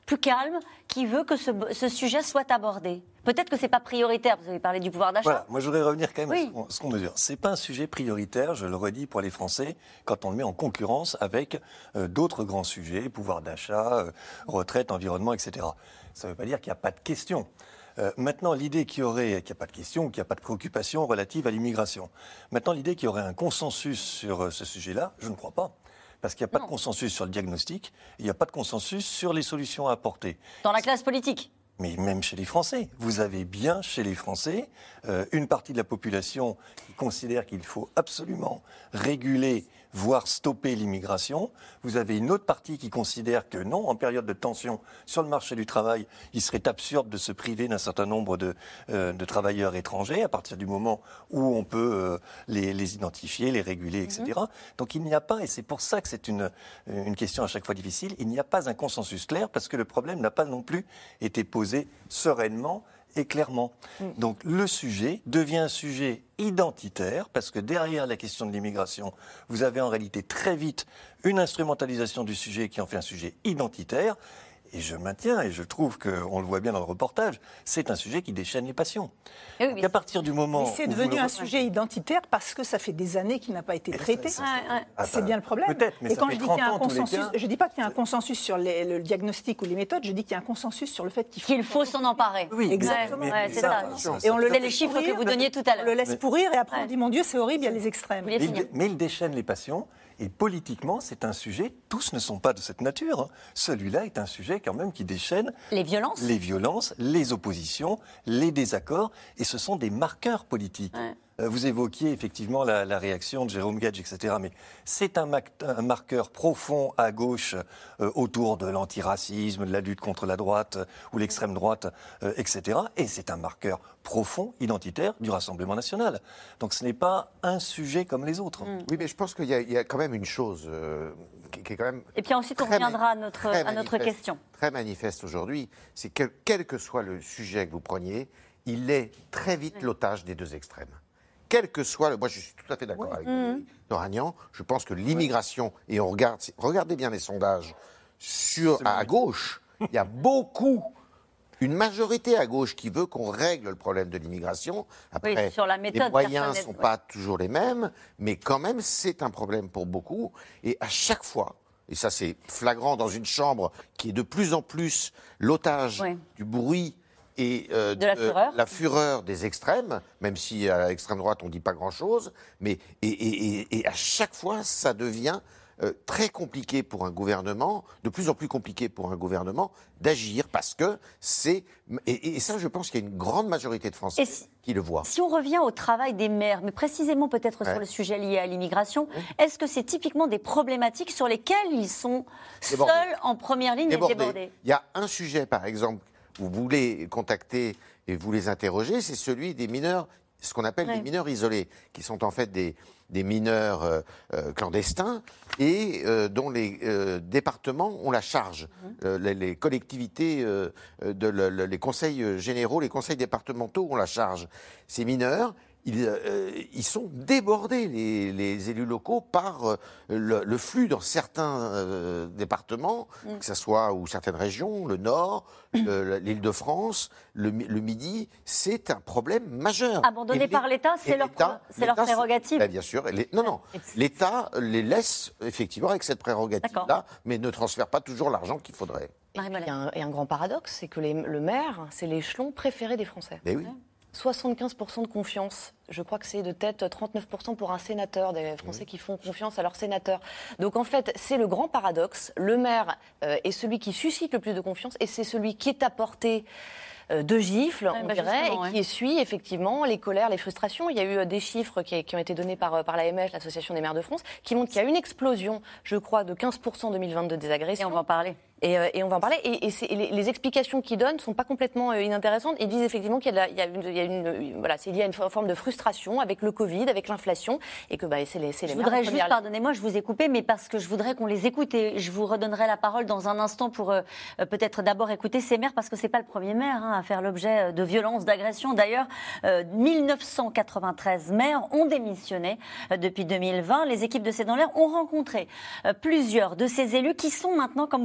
plus calme, qui veut que ce, ce sujet soit abordé. Peut-être que ce n'est pas prioritaire, vous avez parlé du pouvoir d'achat. Voilà, moi je voudrais revenir quand même oui. à ce qu'on mesure. Ce n'est pas un sujet prioritaire, je le redis pour les Français, quand on le met en concurrence avec euh, d'autres grands sujets, pouvoir d'achat, euh, retraite, environnement, et cetera. Ça ne veut pas dire qu'il n'y a pas de questions. Euh, maintenant, l'idée qu'il y aurait, qu'il n'y a pas de questions, qu'il n'y a pas de préoccupations relatives à l'immigration. Maintenant, l'idée qu'il y aurait un consensus sur euh, ce sujet-là, je ne crois pas. Parce qu'il n'y a pas non. de consensus sur le diagnostic, il n'y a pas de consensus sur les solutions à apporter. Dans la classe politique ? Mais même chez les Français. Vous avez bien chez les Français euh, une partie de la population qui considère qu'il faut absolument réguler, voire stopper l'immigration. Vous avez une autre partie qui considère que non, en période de tension sur le marché du travail, il serait absurde de se priver d'un certain nombre de, euh, de travailleurs étrangers à partir du moment où on peut euh, les, les identifier, les réguler, et cetera. Mmh. Donc il n'y a pas, et c'est pour ça que c'est une, une question à chaque fois difficile, il n'y a pas un consensus clair parce que le problème n'a pas non plus été posé sereinement et clairement. Mm. Donc le sujet devient un sujet identitaire parce que derrière la question de l'immigration, vous avez en réalité très vite une instrumentalisation du sujet qui en fait un sujet identitaire. Et je maintiens, et je trouve qu'on le voit bien dans le reportage, c'est un sujet qui déchaîne les passions. Oui, Donc à partir du moment mais c'est où devenu le... un sujet identitaire parce que ça fait des années qu'il n'a pas été traité. Ça, ça, ça, ouais, ah, c'est bah, bien le problème. Peut-être, mais et ça quand fait je dis qu'il y a un consensus, cas... je ne dis pas qu'il y a un consensus sur les, le diagnostic ou les méthodes, je dis qu'il y a un consensus sur le fait qu'il faut, qu'il faut s'en emparer. Oui, exactement. Ouais, ouais, c'est ça. ça. Et on le laisse les chiffres pourrir, que vous donniez tout à l'heure. On le laisse mais... pourrir et après ouais. on dit mon Dieu, c'est horrible, il y a les extrêmes. Mais il, mais il déchaîne les passions. Et politiquement, c'est un sujet, tous ne sont pas de cette nature. Hein. Celui-là est un sujet quand même qui déchaîne les violences, les, violences, les oppositions, les désaccords, et ce sont des marqueurs politiques. Ouais. Euh, vous évoquiez effectivement la, la réaction de Jérôme Gage, et cetera. Mais c'est un, un marqueur profond à gauche euh, autour de l'antiracisme, de la lutte contre la droite euh, ou l'extrême droite, euh, et cetera. Et c'est un marqueur profond, identitaire du Rassemblement national. Donc ce n'est pas un sujet comme les autres. Mmh. Oui, mais je pense qu'il y, y a quand même une chose euh, qui, qui est quand même... Et puis ensuite, on reviendra à notre, à notre question. Très manifeste aujourd'hui, c'est que quel que soit le sujet que vous preniez, il est très vite l'otage des deux extrêmes. Quel que soit le... Moi, je suis tout à fait d'accord oui. avec mmh. Noragnan. Je pense que l'immigration, oui. et on regarde... Regardez bien les sondages sur, à, à gauche, il y a beaucoup... Une majorité à gauche qui veut qu'on règle le problème de l'immigration. Après, oui, sur la méthode, les moyens ne sont pas ouais. toujours les mêmes, mais quand même, c'est un problème pour beaucoup. Et à chaque fois, et ça c'est flagrant dans une chambre qui est de plus en plus l'otage oui. du bruit et euh, de la, de, fureur. la fureur des extrêmes, même si à l'extrême droite on ne dit pas grand-chose, mais et, et, et, et à chaque fois, ça devient... Euh, très compliqué pour un gouvernement, de plus en plus compliqué pour un gouvernement d'agir parce que c'est... Et, et ça, je pense qu'il y a une grande majorité de Français si, qui le voient. Si on revient au travail des maires, mais précisément peut-être ouais. sur le sujet lié à l'immigration, ouais. est-ce que c'est typiquement des problématiques sur lesquelles ils sont débordés. Seuls en première ligne débordés. et débordés ? Il y a un sujet, par exemple, où vous voulez contacter et vous les interroger, c'est celui des mineurs, ce qu'on appelle ouais. des mineurs isolés, qui sont en fait des... des mineurs euh, euh, clandestins et euh, dont les euh, départements ont la charge. Mmh. Euh, les, les collectivités, euh, de le, le, les conseils généraux, les conseils départementaux ont la charge. Ces mineurs, ils, euh, ils sont débordés, les, les élus locaux, par euh, le, le flux dans certains euh, départements, mmh. que ce soit ou certaines régions, le Nord, le, l'Île-de-France, le, le Midi, c'est un problème majeur. Abandonnés et par l'État, c'est leur, l'État, c'est leur prérogative. Ben bien sûr. Les, non, non. L'État les laisse effectivement avec cette prérogative-là, mais ne transfère pas toujours l'argent qu'il faudrait. Et il y a un, et un grand paradoxe, c'est que les, le maire, c'est l'échelon préféré des Français. Mais oui. soixante-quinze pour cent de confiance. Je crois que c'est de tête trente-neuf pour cent pour un sénateur, des Français qui font confiance à leur sénateur. Donc en fait, c'est le grand paradoxe. Le maire euh, est celui qui suscite le plus de confiance et c'est celui qui est à portée euh, de gifles, ouais, on bah dirait, et ouais. qui essuie effectivement les colères, les frustrations. Il y a eu euh, des chiffres qui, qui ont été donnés par, par l'A M F, l'Association des maires de France, qui montrent qu'il y a une explosion, je crois, de quinze pour cent en deux mille vingt-deux des agressions. Et on va en parler. Et, euh, et on va en parler. Et, et, c'est, et les, les explications qu'ils donnent ne sont pas complètement euh, inintéressantes. Ils disent effectivement qu'il y a, de la, il y a, une, il y a une, une, voilà, c'est lié à une forme de frustration avec le Covid, avec l'inflation, et que bah, c'est les, c'est les je maires. Je voudrais juste, pardonnez-moi, je vous ai coupé, mais parce que je voudrais qu'on les écoute et je vous redonnerai la parole dans un instant pour euh, peut-être d'abord écouter ces maires, parce que c'est pas le premier maire hein, à faire l'objet de violences, d'agressions. D'ailleurs, euh, mille neuf cent quatre-vingt-treize maires ont démissionné euh, depuis deux mille vingt. Les équipes de C'est dans l'air ont rencontré euh, plusieurs de ces élus qui sont maintenant, comme vous allez le voir,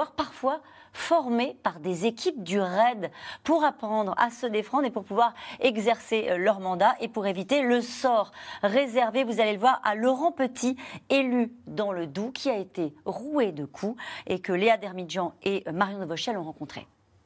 voire parfois formés par des équipes du raid pour apprendre à se défendre et pour pouvoir exercer leur mandat et pour éviter le sort réservé, vous allez le voir, à Laurent Petit, élu dans le Doubs, qui a été roué de coups et que Léa Dermidjian et Marion Devauchel ont rencontré.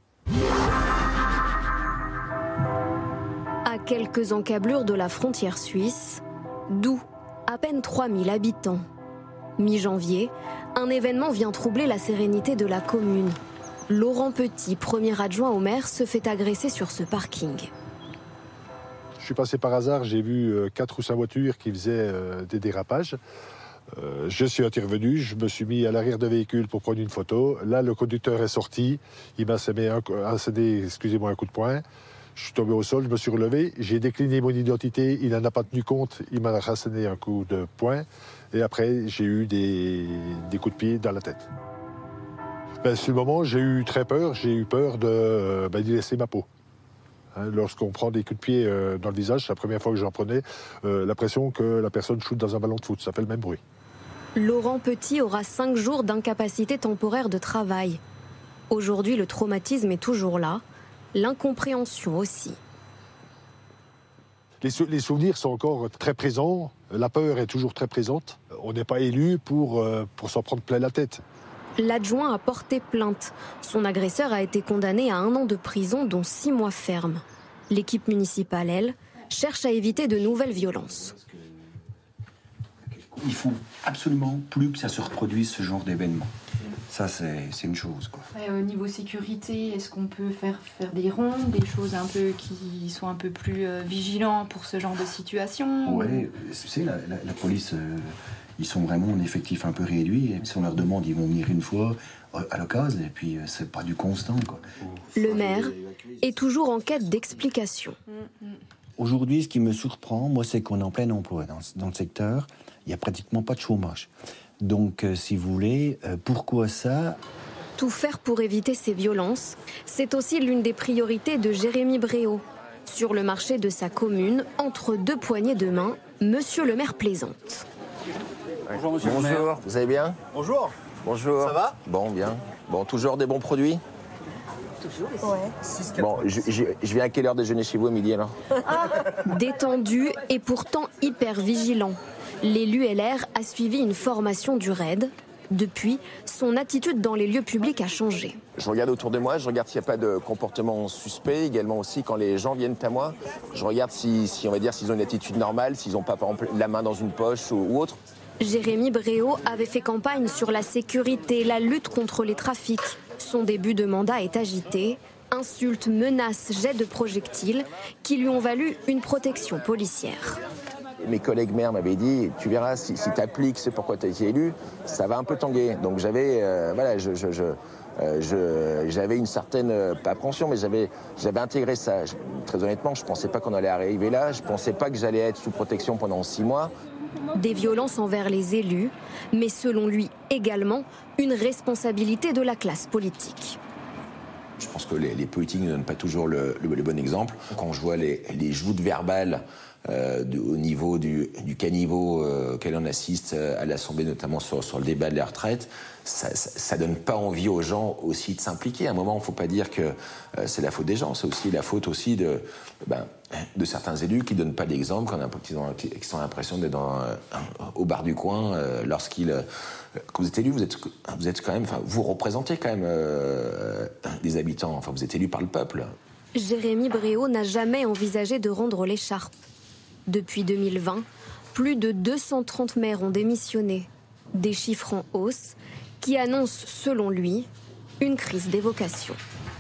À quelques encablures de la frontière suisse, Doubs, à peine trois mille habitants. Mi-janvier, un événement vient troubler la sérénité de la commune. Laurent Petit, premier adjoint au maire, se fait agresser sur ce parking. Je suis passé par hasard, j'ai vu euh, quatre ou cinq voitures qui faisaient euh, des dérapages. Euh, je suis intervenu, je me suis mis à l'arrière de véhicule pour prendre une photo. Là, le conducteur est sorti, il m'a cédé un, un, cédé, excusez-moi, un coup de poing. Je suis tombé au sol, je me suis relevé, j'ai décliné mon identité, il n'en a pas tenu compte, il m'a rasséné un coup de poing. Et après, j'ai eu des, des coups de pied dans la tête. Ben, sur le moment, j'ai eu très peur, j'ai eu peur de, ben, d'y laisser ma peau. Hein, lorsqu'on prend des coups de pied euh, dans le visage, c'est la première fois que j'en prenais, euh, l'impression que la personne shoot dans un ballon de foot, ça fait le même bruit. Laurent Petit aura cinq jours d'incapacité temporaire de travail. Aujourd'hui, le traumatisme est toujours là, l'incompréhension aussi. Les, sou- les souvenirs sont encore très présents, la peur est toujours très présente. On n'est pas élu pour, euh, pour s'en prendre plein la tête. L'adjoint a porté plainte. Son agresseur a été condamné à un an de prison, dont six mois ferme. L'équipe municipale, elle, cherche à éviter de nouvelles violences. Il faut absolument plus que ça se reproduise, ce genre d'événement. Ça, c'est, c'est une chose, quoi. Ouais, au niveau sécurité, est-ce qu'on peut faire, faire des rondes, des choses un peu qui sont un peu plus euh, vigilants pour ce genre de situation? Oui, tu sais, la, la, la police, euh, ils sont vraiment en effectif un peu réduit. Si on leur demande, ils vont venir une fois à l'occasion, et puis euh, c'est pas du constant, quoi. Le maire est toujours en quête d'explications. Aujourd'hui, ce qui me surprend, moi, c'est qu'on est en plein emploi dans, dans le secteur. Il n'y a pratiquement pas de chômage. Donc, euh, si vous voulez, euh, pourquoi ça? Tout faire pour éviter ces violences, c'est aussi l'une des priorités de Jérémy Bréau. Sur le marché de sa commune, entre deux poignées de main, monsieur le maire plaisante. Bonjour, monsieur le maire. Bonjour, vous allez bien? Bonjour. Bonjour. Ça va? Bon, bien. Bon, toujours des bons produits? Toujours. Ouais. Bon, je, je, je viens à quelle heure déjeuner chez vous, à midi, alors? Détendu et pourtant hyper vigilant. L'élu L R a suivi une formation du raid. Depuis, son attitude dans les lieux publics a changé. Je regarde autour de moi, je regarde s'il n'y a pas de comportement suspect. Également aussi, quand les gens viennent à moi, je regarde si, si on va dire, s'ils ont une attitude normale, s'ils n'ont pas, par exemple, la main dans une poche ou, ou autre. Jérémy Bréau avait fait campagne sur la sécurité, la lutte contre les trafics. Son début de mandat est agité. Insultes, menaces, jets de projectiles qui lui ont valu une protection policière. Mes collègues maires m'avaient dit, tu verras, si, si tu appliques ce pourquoi tu as été élu, ça va un peu tanguer. Donc j'avais, euh, voilà, je, je, je, euh, je, j'avais une certaine, euh, pas appréhension, mais j'avais, j'avais intégré ça. Je, très honnêtement, je ne pensais pas qu'on allait arriver là. Je ne pensais pas que j'allais être sous protection pendant six mois. Des violences envers les élus, mais selon lui également, une responsabilité de la classe politique. Je pense que les, les politiques ne donnent pas toujours le, le, le bon exemple. Quand je vois les, les joutes verbales euh, de, au niveau du, du caniveau euh, auquel on assiste à l'Assemblée, notamment sur, sur le débat de la retraite, ça, ça, ça donne pas envie aux gens aussi de s'impliquer. À un moment, il ne faut pas dire que euh, c'est la faute des gens, c'est aussi la faute aussi de, ben, de certains élus qui ne donnent pas d'exemple, qui ont, qui, qui ont l'impression d'être dans, euh, au bar du coin euh, lorsqu'ils... Euh, Quand vous êtes élu, vous êtes, vous êtes quand même, enfin, vous représentez quand même euh, des habitants. Enfin, vous êtes élu par le peuple. Jérémy Bréau n'a jamais envisagé de rendre l'écharpe. Depuis deux mille vingt, plus de deux cent trente maires ont démissionné. Des chiffres en hausse qui annoncent, selon lui, une crise des vocations.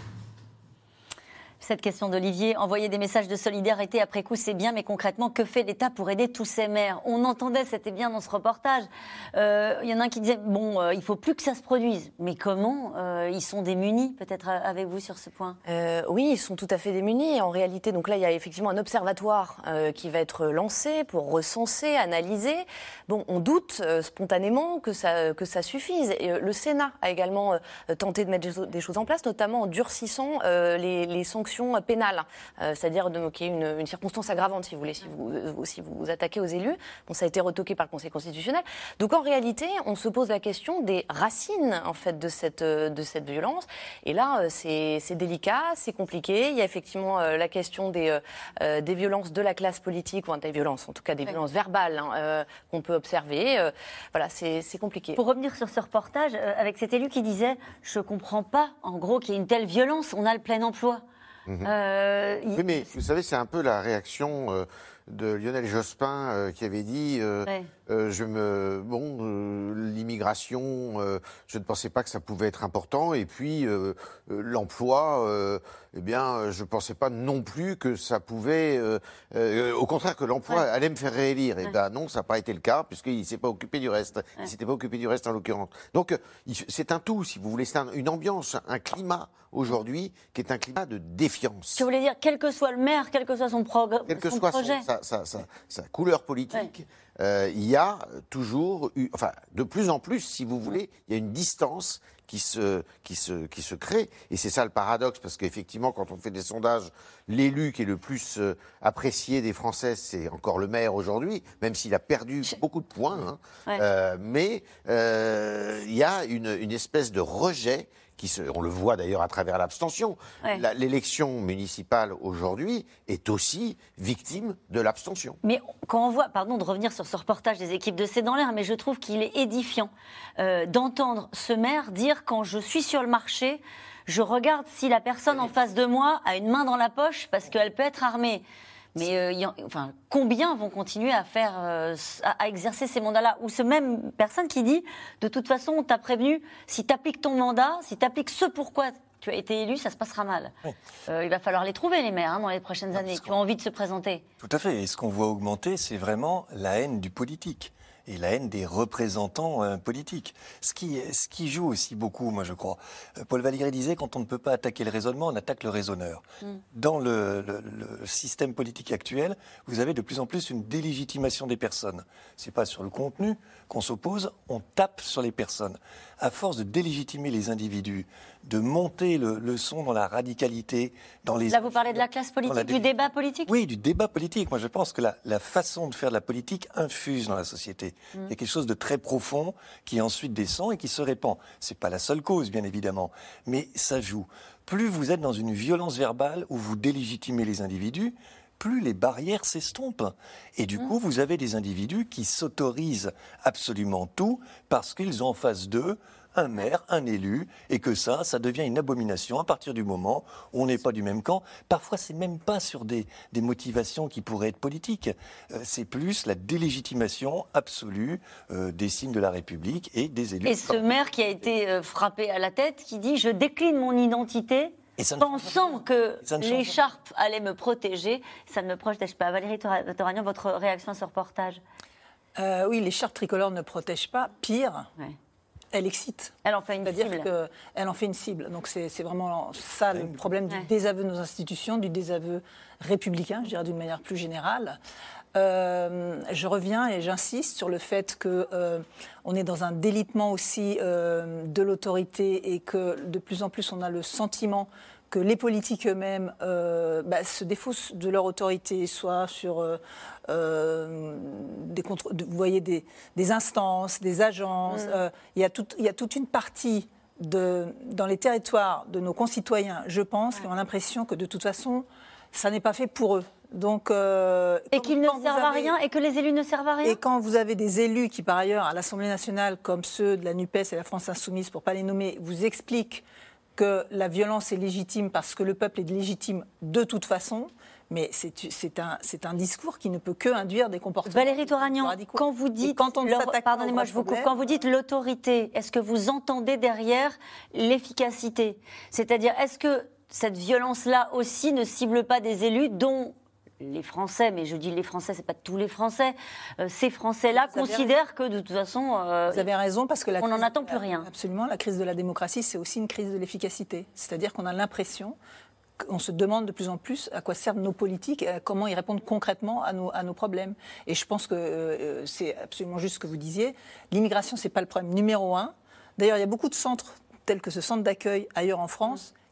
Cette question d'Olivier, envoyer des messages de solidarité après coup, c'est bien, mais concrètement, que fait l'État pour aider tous ces maires? On entendait, c'était bien dans ce reportage, il euh, y en a un qui disait, bon, euh, il ne faut plus que ça se produise. Mais comment euh, ils sont démunis, peut-être avec vous sur ce point? euh, Oui, ils sont tout à fait démunis. En réalité, donc là, il y a effectivement un observatoire euh, qui va être lancé pour recenser, analyser. Bon, on doute euh, spontanément que ça, que ça suffise. Et, euh, le Sénat a également euh, tenté de mettre des choses en place, notamment en durcissant euh, les, les sanctions sanction pénale, euh, c'est-à-dire de moquer une, une circonstance aggravante, si vous voulez, si vous, si vous vous attaquez aux élus. Bon, ça a été retoqué par le Conseil constitutionnel. Donc en réalité, on se pose la question des racines en fait de cette de cette violence. Et là, c'est c'est délicat, c'est compliqué. Il y a effectivement euh, la question des euh, des violences de la classe politique, ou des violences, en tout cas des oui. violences verbales hein, euh, qu'on peut observer. Euh, voilà, c'est c'est compliqué. Pour revenir sur ce reportage, euh, avec cet élu qui disait, je comprends pas, en gros, qu'il y ait une telle violence. On a le plein emploi. Mmh. Euh, oui, mais vous savez, c'est un peu la réaction euh, de Lionel Jospin euh, qui avait dit euh, ouais. euh, je me bon euh, l'immigration, euh, je ne pensais pas que ça pouvait être important, et puis euh, euh, l'emploi, euh, eh bien, je ne pensais pas non plus que ça pouvait, euh, euh, au contraire, que l'emploi ouais. allait me faire réélire. Et ouais. ben non, ça n'a pas été le cas, puisqu'il ne s'est pas occupé du reste. Ouais. Il ne s'était pas occupé du reste en l'occurrence. Donc, c'est un tout, si vous voulez, c'est un, une ambiance, un climat aujourd'hui qui est un climat de défiance. Je voulais dire, quel que soit le maire, quel que soit son, progr- quel que son soit projet. Son, sa, sa, sa, sa couleur politique, ouais. euh, il y a toujours, eu, enfin, de plus en plus, si vous voulez, il y a une distance qui se, qui se, qui se crée. Et c'est ça le paradoxe, parce qu'effectivement, quand on fait des sondages, l'élu qui est le plus euh, apprécié des Français, c'est encore le maire aujourd'hui, même s'il a perdu Je... beaucoup de points. Hein. Ouais. Euh, mais euh, il y a une, une espèce de rejet. Qui se, on le voit d'ailleurs à travers l'abstention. Ouais. La, l'élection municipale aujourd'hui est aussi victime de l'abstention. Mais quand on voit, pardon de revenir sur ce reportage des équipes de C'est dans l'air, mais je trouve qu'il est édifiant euh, d'entendre ce maire dire, quand je suis sur le marché, je regarde si la personne en face de moi a une main dans la poche parce qu'elle peut être armée. Mais euh, y a, enfin, combien vont continuer à faire, euh, à, à exercer ces mandats-là? Ou ce même personne qui dit, de toute façon, on t'a prévenu, si tu appliques ton mandat, si tu appliques ce pourquoi tu as été élu, ça se passera mal. Oui. Euh, il va falloir les trouver, les maires, hein, dans les prochaines non, années, qui ont envie de se présenter. Tout à fait. Et ce qu'on voit augmenter, c'est vraiment la haine du politique. Et la haine des représentants euh, politiques. Ce qui, ce qui joue aussi beaucoup, moi je crois. Euh, Paul Valéry disait, quand on ne peut pas attaquer le raisonnement, on attaque le raisonneur. Mm. Dans le, le, le système politique actuel, vous avez de plus en plus une délégitimation des personnes. C'est pas sur le contenu qu'on s'oppose, on tape sur les personnes. À force de délégitimer les individus, de monter le, le son dans la radicalité, dans les... Là, vous parlez de la classe politique, la dé... du débat politique ? Oui, du débat politique. Moi, je pense que la, la façon de faire de la politique infuse dans la société. Mmh. Il y a quelque chose de très profond qui ensuite descend et qui se répand. C'est pas la seule cause, bien évidemment, mais ça joue. Plus vous êtes dans une violence verbale où vous délégitimez les individus, plus les barrières s'estompent. Et du mmh. coup, vous avez des individus qui s'autorisent absolument tout parce qu'ils ont en face d'eux un maire, un élu, et que ça, ça devient une abomination à partir du moment où on n'est pas du même camp. Parfois, c'est même pas sur des, des motivations qui pourraient être politiques. Euh, c'est plus la délégitimation absolue euh, des signes de la République et des élus. Et ce maire qui a été euh, frappé à la tête, qui dit « Je décline mon identité ». Pensant que l'écharpe allait me protéger, ça ne me protège pas. Valérie Toragnan, votre réaction à ce reportage ? euh, Oui, l'écharpe tricolore ne protège pas. Pire, ouais. elle excite. Elle en fait une C'est-à-dire cible. qu'elle en fait une cible. Donc c'est, c'est vraiment ça le problème du ouais. désaveu de nos institutions, du désaveu républicain, je dirais d'une manière plus générale. Euh, je reviens et j'insiste sur le fait qu'on euh, est dans un délitement aussi euh, de l'autorité et que de plus en plus on a le sentiment que les politiques eux-mêmes euh, bah, se défaussent de leur autorité, soit sur euh, euh, des contre... vous voyez des, des instances, des agences. Mmh. Euh, il y a tout, il y a toute une partie de, dans les territoires de nos concitoyens, je pense, ouais. qui ont l'impression que de toute façon, ça n'est pas fait pour eux. Donc, euh, et qu'ils ne servent à rien, et que les élus ne servent à rien. Et quand vous avez des élus qui, par ailleurs, à l'Assemblée nationale, comme ceux de la NUPES et la France Insoumise, pour ne pas les nommer, vous expliquent que la violence est légitime parce que le peuple est légitime de toute façon, mais c'est, c'est, un, c'est un discours qui ne peut que induire des comportements. Valérie Toragnan, quand vous dites, quand on leur, pardonnez-moi, je vous coupe, quand vous dites l'autorité, est-ce que vous entendez derrière l'efficacité ? C'est-à-dire, est-ce que cette violence-là aussi ne cible pas des élus dont les Français, mais je dis les Français, c'est pas tous les Français, euh, ces Français-là considèrent que de toute façon, euh, vous avez raison, parce que la on n'en crise, attend plus rien. Absolument, la crise de la démocratie, c'est aussi une crise de l'efficacité. C'est-à-dire qu'on a l'impression, qu'on se demande de plus en plus à quoi servent nos politiques, et à comment ils répondent concrètement à nos, à nos problèmes. Et je pense que euh, c'est absolument juste ce que vous disiez. L'immigration, c'est pas le problème numéro un. D'ailleurs, il y a beaucoup de centres tels que ce centre d'accueil ailleurs en France,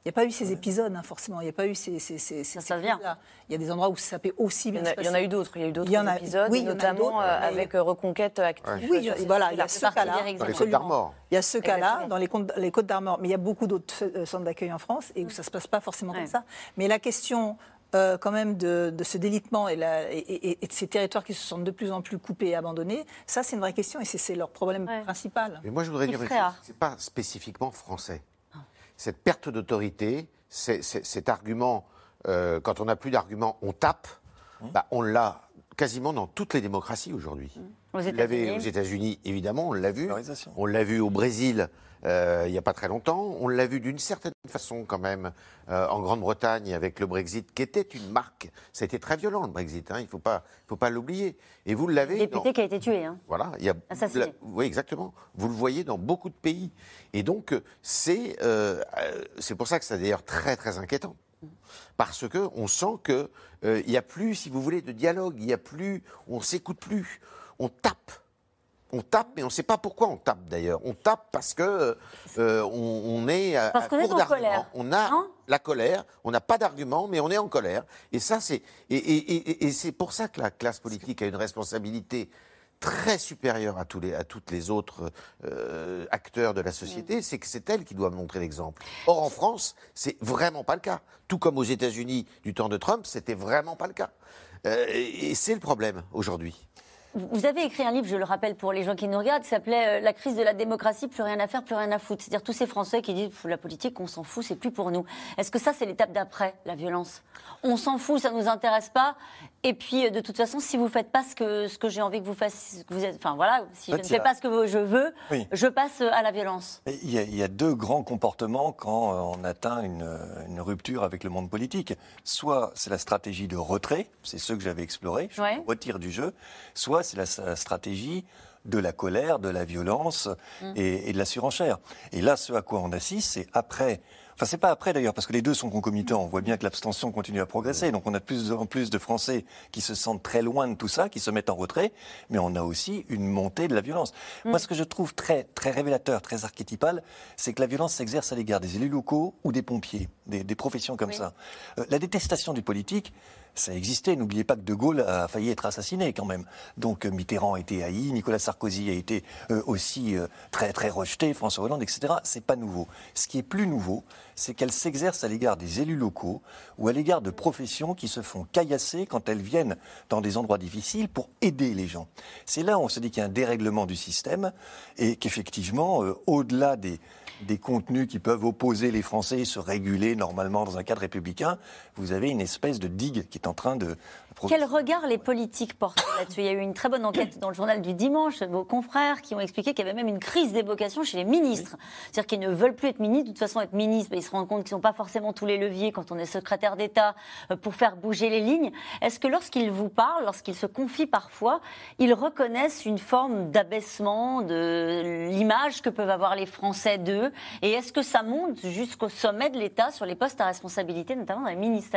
Il n'y a pas eu ces épisodes, hein, forcément. Il n'y a pas eu ces, ces, ces, ces ça vient. là. Il y a des endroits où ça peut aussi bien il y en a, se passer. Il y en a eu d'autres. Il y a eu d'autres il y en a, épisodes, oui, notamment euh, avec euh, Reconquête Active. Ouais. Oui, il voilà, il y a ce cas-là. Dans les Côtes d'Armor. Il y a ce cas-là dans les, les Côtes d'Armor. Mais il y a beaucoup d'autres centres d'accueil en France et où ça ne se passe pas forcément ouais. comme ça. Mais la question... Euh, quand même de, de ce délitement et, la, et, et, et de ces territoires qui se sentent de plus en plus coupés et abandonnés, ça c'est une vraie question et c'est leur problème ouais. principal. Mais moi je voudrais dire une chose, c'est pas spécifiquement français. Cette perte d'autorité, c'est, c'est, cet argument, euh, quand on n'a plus d'argument, on tape, mmh. bah, on l'a quasiment dans toutes les démocraties aujourd'hui. Mmh. Aux États-Unis. Aux États-Unis, évidemment, on l'a vu. On l'a vu au Brésil. Euh, il n'y a pas très longtemps. On l'a vu d'une certaine façon quand même euh, en Grande-Bretagne avec le Brexit, qui était une marque. Ça a été très violent le Brexit, hein, il ne faut pas, faut pas l'oublier. Et vous l'avez... Le député dans... qui a été tué. Hein. Voilà. Il y a... Assassiné. La... Oui, exactement. Vous le voyez dans beaucoup de pays. Et donc, c'est, euh, c'est pour ça que c'est d'ailleurs très, très inquiétant. Parce qu'on sent qu'il n'y euh, a plus, si vous voulez, de dialogue. Il n'y a plus... On ne s'écoute plus. On tape. On tape, mais on ne sait pas pourquoi on tape d'ailleurs. On tape parce que euh, on, on est à, parce à qu'on est court en colère. On a hein la colère, on n'a pas d'argument, mais on est en colère. Et ça, c'est et, et, et, et c'est pour ça que la classe politique a une responsabilité très supérieure à tous les à toutes les autres euh, acteurs de la société. Mmh. C'est que c'est elle qui doit montrer l'exemple. Or en France, c'est vraiment pas le cas. Tout comme aux États-Unis du temps de Trump, c'était vraiment pas le cas. Euh, et, et c'est le problème aujourd'hui. Vous avez écrit un livre, je le rappelle pour les gens qui nous regardent, qui s'appelait « La crise de la démocratie, plus rien à faire, plus rien à foutre ». C'est-à-dire tous ces Français qui disent « la politique, on s'en fout, c'est plus pour nous ». Est-ce que ça, c'est l'étape d'après, la violence ? On s'en fout, ça ne nous intéresse pas. Et puis, de toute façon, si vous ne faites pas ce que, ce que j'ai envie que vous fassiez, que vous êtes, enfin voilà, si je ne fais pas ce que je veux, oui. je passe à la violence. Il y, a, il y a deux grands comportements quand on atteint une, une rupture avec le monde politique. Soit c'est la stratégie de retrait, c'est ce que j'avais exploré, je ouais. me retire du jeu. Soit c'est la, la stratégie de la colère, de la violence mmh. et, et de la surenchère. Et là, ce à quoi on assiste, c'est après... Enfin, c'est pas après d'ailleurs, parce que les deux sont concomitants. On voit bien que l'abstention continue à progresser. Donc, on a de plus en plus de Français qui se sentent très loin de tout ça, qui se mettent en retrait. Mais on a aussi une montée de la violence. Mmh. Moi, ce que je trouve très, très révélateur, très archétypal, c'est que la violence s'exerce à l'égard des élus locaux ou des pompiers, des, des professions comme oui. ça. Euh, la détestation du politique, ça existait. N'oubliez pas que De Gaulle a failli être assassiné quand même. Donc, euh, Mitterrand a été haï, Nicolas Sarkozy a été euh, aussi euh, très, très rejeté, François Hollande, et cetera. C'est pas nouveau. Ce qui est plus nouveau, c'est qu'elle s'exerce à l'égard des élus locaux ou à l'égard de professions qui se font caillasser quand elles viennent dans des endroits difficiles pour aider les gens. C'est là où on se dit qu'il y a un dérèglement du système et qu'effectivement, euh, au-delà des, des contenus qui peuvent opposer les Français et se réguler normalement dans un cadre républicain, vous avez une espèce de digue qui est en train de... Quel regard les politiques portent là-dessus ? Il y a eu une très bonne enquête dans le journal du dimanche de vos confrères qui ont expliqué qu'il y avait même une crise d'évocation chez les ministres. C'est-à-dire qu'ils ne veulent plus être ministres. De toute façon, être ministre, ils se rendent compte qu'ils n'ont pas forcément tous les leviers quand on est secrétaire d'État pour faire bouger les lignes. Est-ce que lorsqu'ils vous parlent, lorsqu'ils se confient parfois, ils reconnaissent une forme d'abaissement de l'image que peuvent avoir les Français d'eux ? Et est-ce que ça monte jusqu'au sommet de l'État sur les postes à responsabilité, notamment dans les ministères ?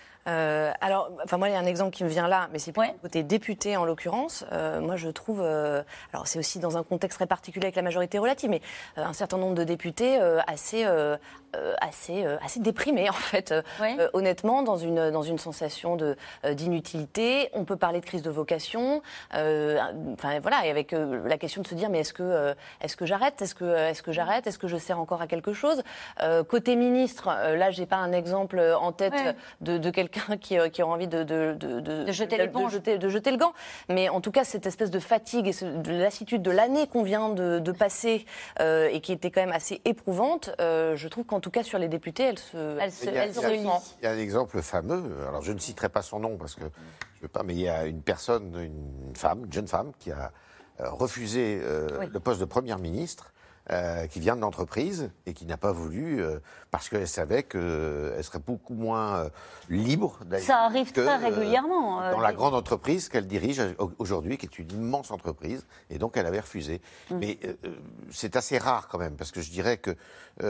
Euh, alors, enfin moi, il y a un exemple qui me vient là, mais c'est plutôt ouais. côté député en l'occurrence. Euh, moi, je trouve, euh, alors c'est aussi dans un contexte très particulier avec la majorité relative, mais euh, un certain nombre de députés euh, assez, euh, assez, euh, assez déprimés en fait. Ouais. Euh, honnêtement, dans une dans une sensation de euh, d'inutilité. On peut parler de crise de vocation. Euh, enfin voilà, et avec euh, la question de se dire, mais est-ce que euh, est-ce que j'arrête, est-ce que est-ce que j'arrête, est-ce que je sers encore à quelque chose. Euh, côté ministre, euh, là, j'ai pas un exemple en tête ouais. de, de quelqu'un Qui, qui aura envie de, de, de, de, de, jeter, de, de, jeter, de jeter le gant. Mais en tout cas, cette espèce de fatigue et ce, de lassitude de l'année qu'on vient de, de passer euh, et qui était quand même assez éprouvante, euh, je trouve qu'en tout cas, sur les députés, elle se, elle se, il y a, elle se il y a, il y a un exemple fameux, alors je ne citerai pas son nom parce que je ne veux pas, mais il y a une personne, une femme, une jeune femme, qui a refusé euh, oui. le poste de première ministre. Euh, qui vient de l'entreprise et qui n'a pas voulu, euh, parce qu'elle savait qu'elle serait beaucoup moins euh, libre. Ça arrive que, très régulièrement. Euh, dans la grande entreprise qu'elle dirige aujourd'hui, qui est une immense entreprise, et donc elle avait refusé. Mmh. Mais euh, c'est assez rare quand même, parce que je dirais que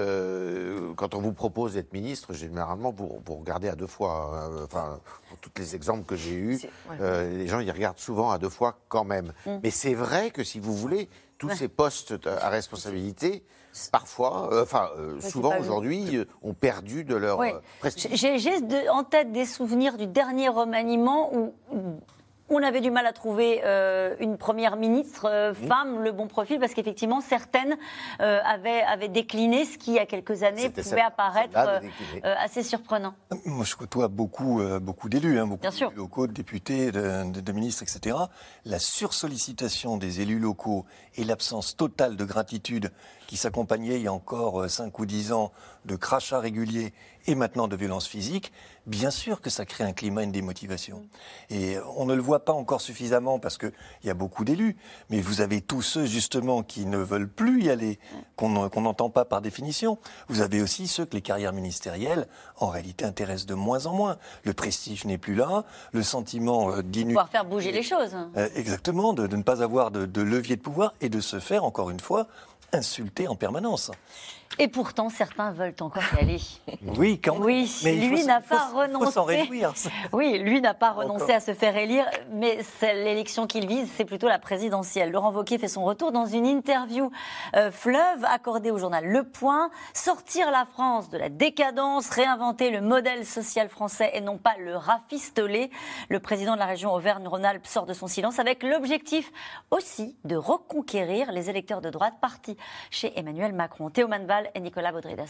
euh, quand on vous propose d'être ministre, généralement vous, vous regardez à deux fois. Hein, enfin, pour tous les exemples que j'ai eus, ouais. euh, les gens y regardent souvent à deux fois quand même. Mmh. Mais c'est vrai que si vous voulez, tous Ouais. ces postes à responsabilité, parfois, euh, enfin, euh, Ouais, c'est souvent pas aujourd'hui, euh, ont perdu de leur Oui. euh, prestige. J'ai j'ai de- en tête des souvenirs du dernier remaniement où on avait du mal à trouver euh, une première ministre euh, femme, le bon profil, parce qu'effectivement, certaines euh, avaient, avaient décliné, ce qui, il y a quelques années, C'était pouvait celle- apparaître celle-là avait euh, décliné. euh, assez surprenant. Moi, je côtoie beaucoup, euh, beaucoup d'élus, hein, beaucoup Bien sûr. d'élus locaux, de députés, de, de- de ministres, et cetera. La sursollicitation des élus locaux et l'absence totale de gratitude qui s'accompagnait il y a encore cinq ou dix ans de crachats réguliers et maintenant de violences physiques, bien sûr que ça crée un climat, une démotivation. Et on ne le voit pas encore suffisamment parce qu'il y a beaucoup d'élus, mais vous avez tous ceux justement qui ne veulent plus y aller, qu'on qu'on n'entend pas par définition. Vous avez aussi ceux que les carrières ministérielles, en réalité, intéressent de moins en moins. Le prestige n'est plus là, le sentiment euh, d'inutilité. Pouvoir faire bouger les choses. Euh, exactement, de, de ne pas avoir de, de levier de pouvoir et de se faire, encore une fois, insulter en permanence. Et pourtant, certains veulent encore y aller. Oui, quand même. Oui, Mais il faut lui s- n'a faut pas s- faut renoncé. s'en réjouir. Oui, lui n'a pas renoncé Encore. à se faire élire, mais c'est l'élection qu'il vise, c'est plutôt la présidentielle. Laurent Wauquiez fait son retour dans une interview euh, fleuve accordée au journal Le Point. Sortir la France de la décadence, réinventer le modèle social français et non pas le rafistoler. Le président de la région Auvergne-Rhône-Alpes sort de son silence avec l'objectif aussi de reconquérir les électeurs de droite partis chez Emmanuel Macron. Théo Manval et Nicolas Baudry-Dasson.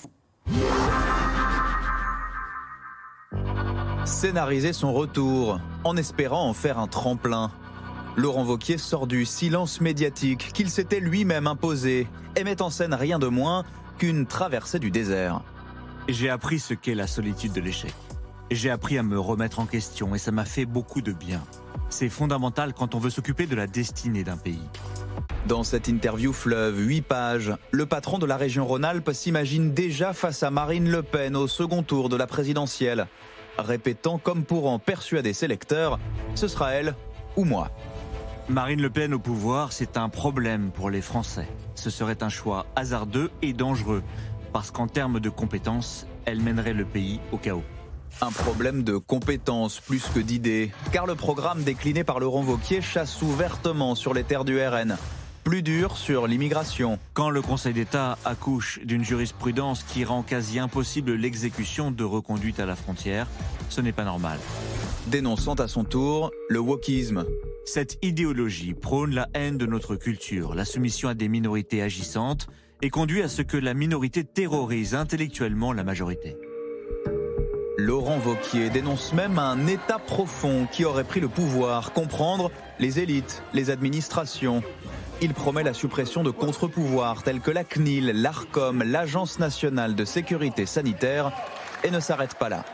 Scénariser son retour, en espérant en faire un tremplin. Laurent Wauquiez sort du silence médiatique qu'il s'était lui-même imposé et met en scène rien de moins qu'une traversée du désert. J'ai appris ce qu'est la solitude de l'échec. J'ai appris à me remettre en question et ça m'a fait beaucoup de bien. C'est fondamental quand on veut s'occuper de la destinée d'un pays. Dans cette interview fleuve, huit pages, le patron de la région Rhône-Alpes s'imagine déjà face à Marine Le Pen au second tour de la présidentielle, répétant comme pour en persuader ses lecteurs, ce sera elle ou moi. Marine Le Pen au pouvoir, c'est un problème pour les Français. Ce serait un choix hasardeux et dangereux, parce qu'en termes de compétences, elle mènerait le pays au chaos. Un problème de compétences plus que d'idées, car le programme décliné par Laurent Wauquiez chasse ouvertement sur les terres du R N. Plus dur sur l'immigration. Quand le Conseil d'État accouche d'une jurisprudence qui rend quasi impossible l'exécution de reconduite à la frontière, ce n'est pas normal. Dénonçant à son tour le wokisme. Cette idéologie prône la haine de notre culture, la soumission à des minorités agissantes et conduit à ce que la minorité terrorise intellectuellement la majorité. Laurent Wauquiez dénonce même un État profond qui aurait pris le pouvoir, comprendre les élites, les administrations. Il promet la suppression de contre-pouvoirs tels que la C N I L, l'ARCOM, l'Agence nationale de sécurité sanitaire et ne s'arrête pas là.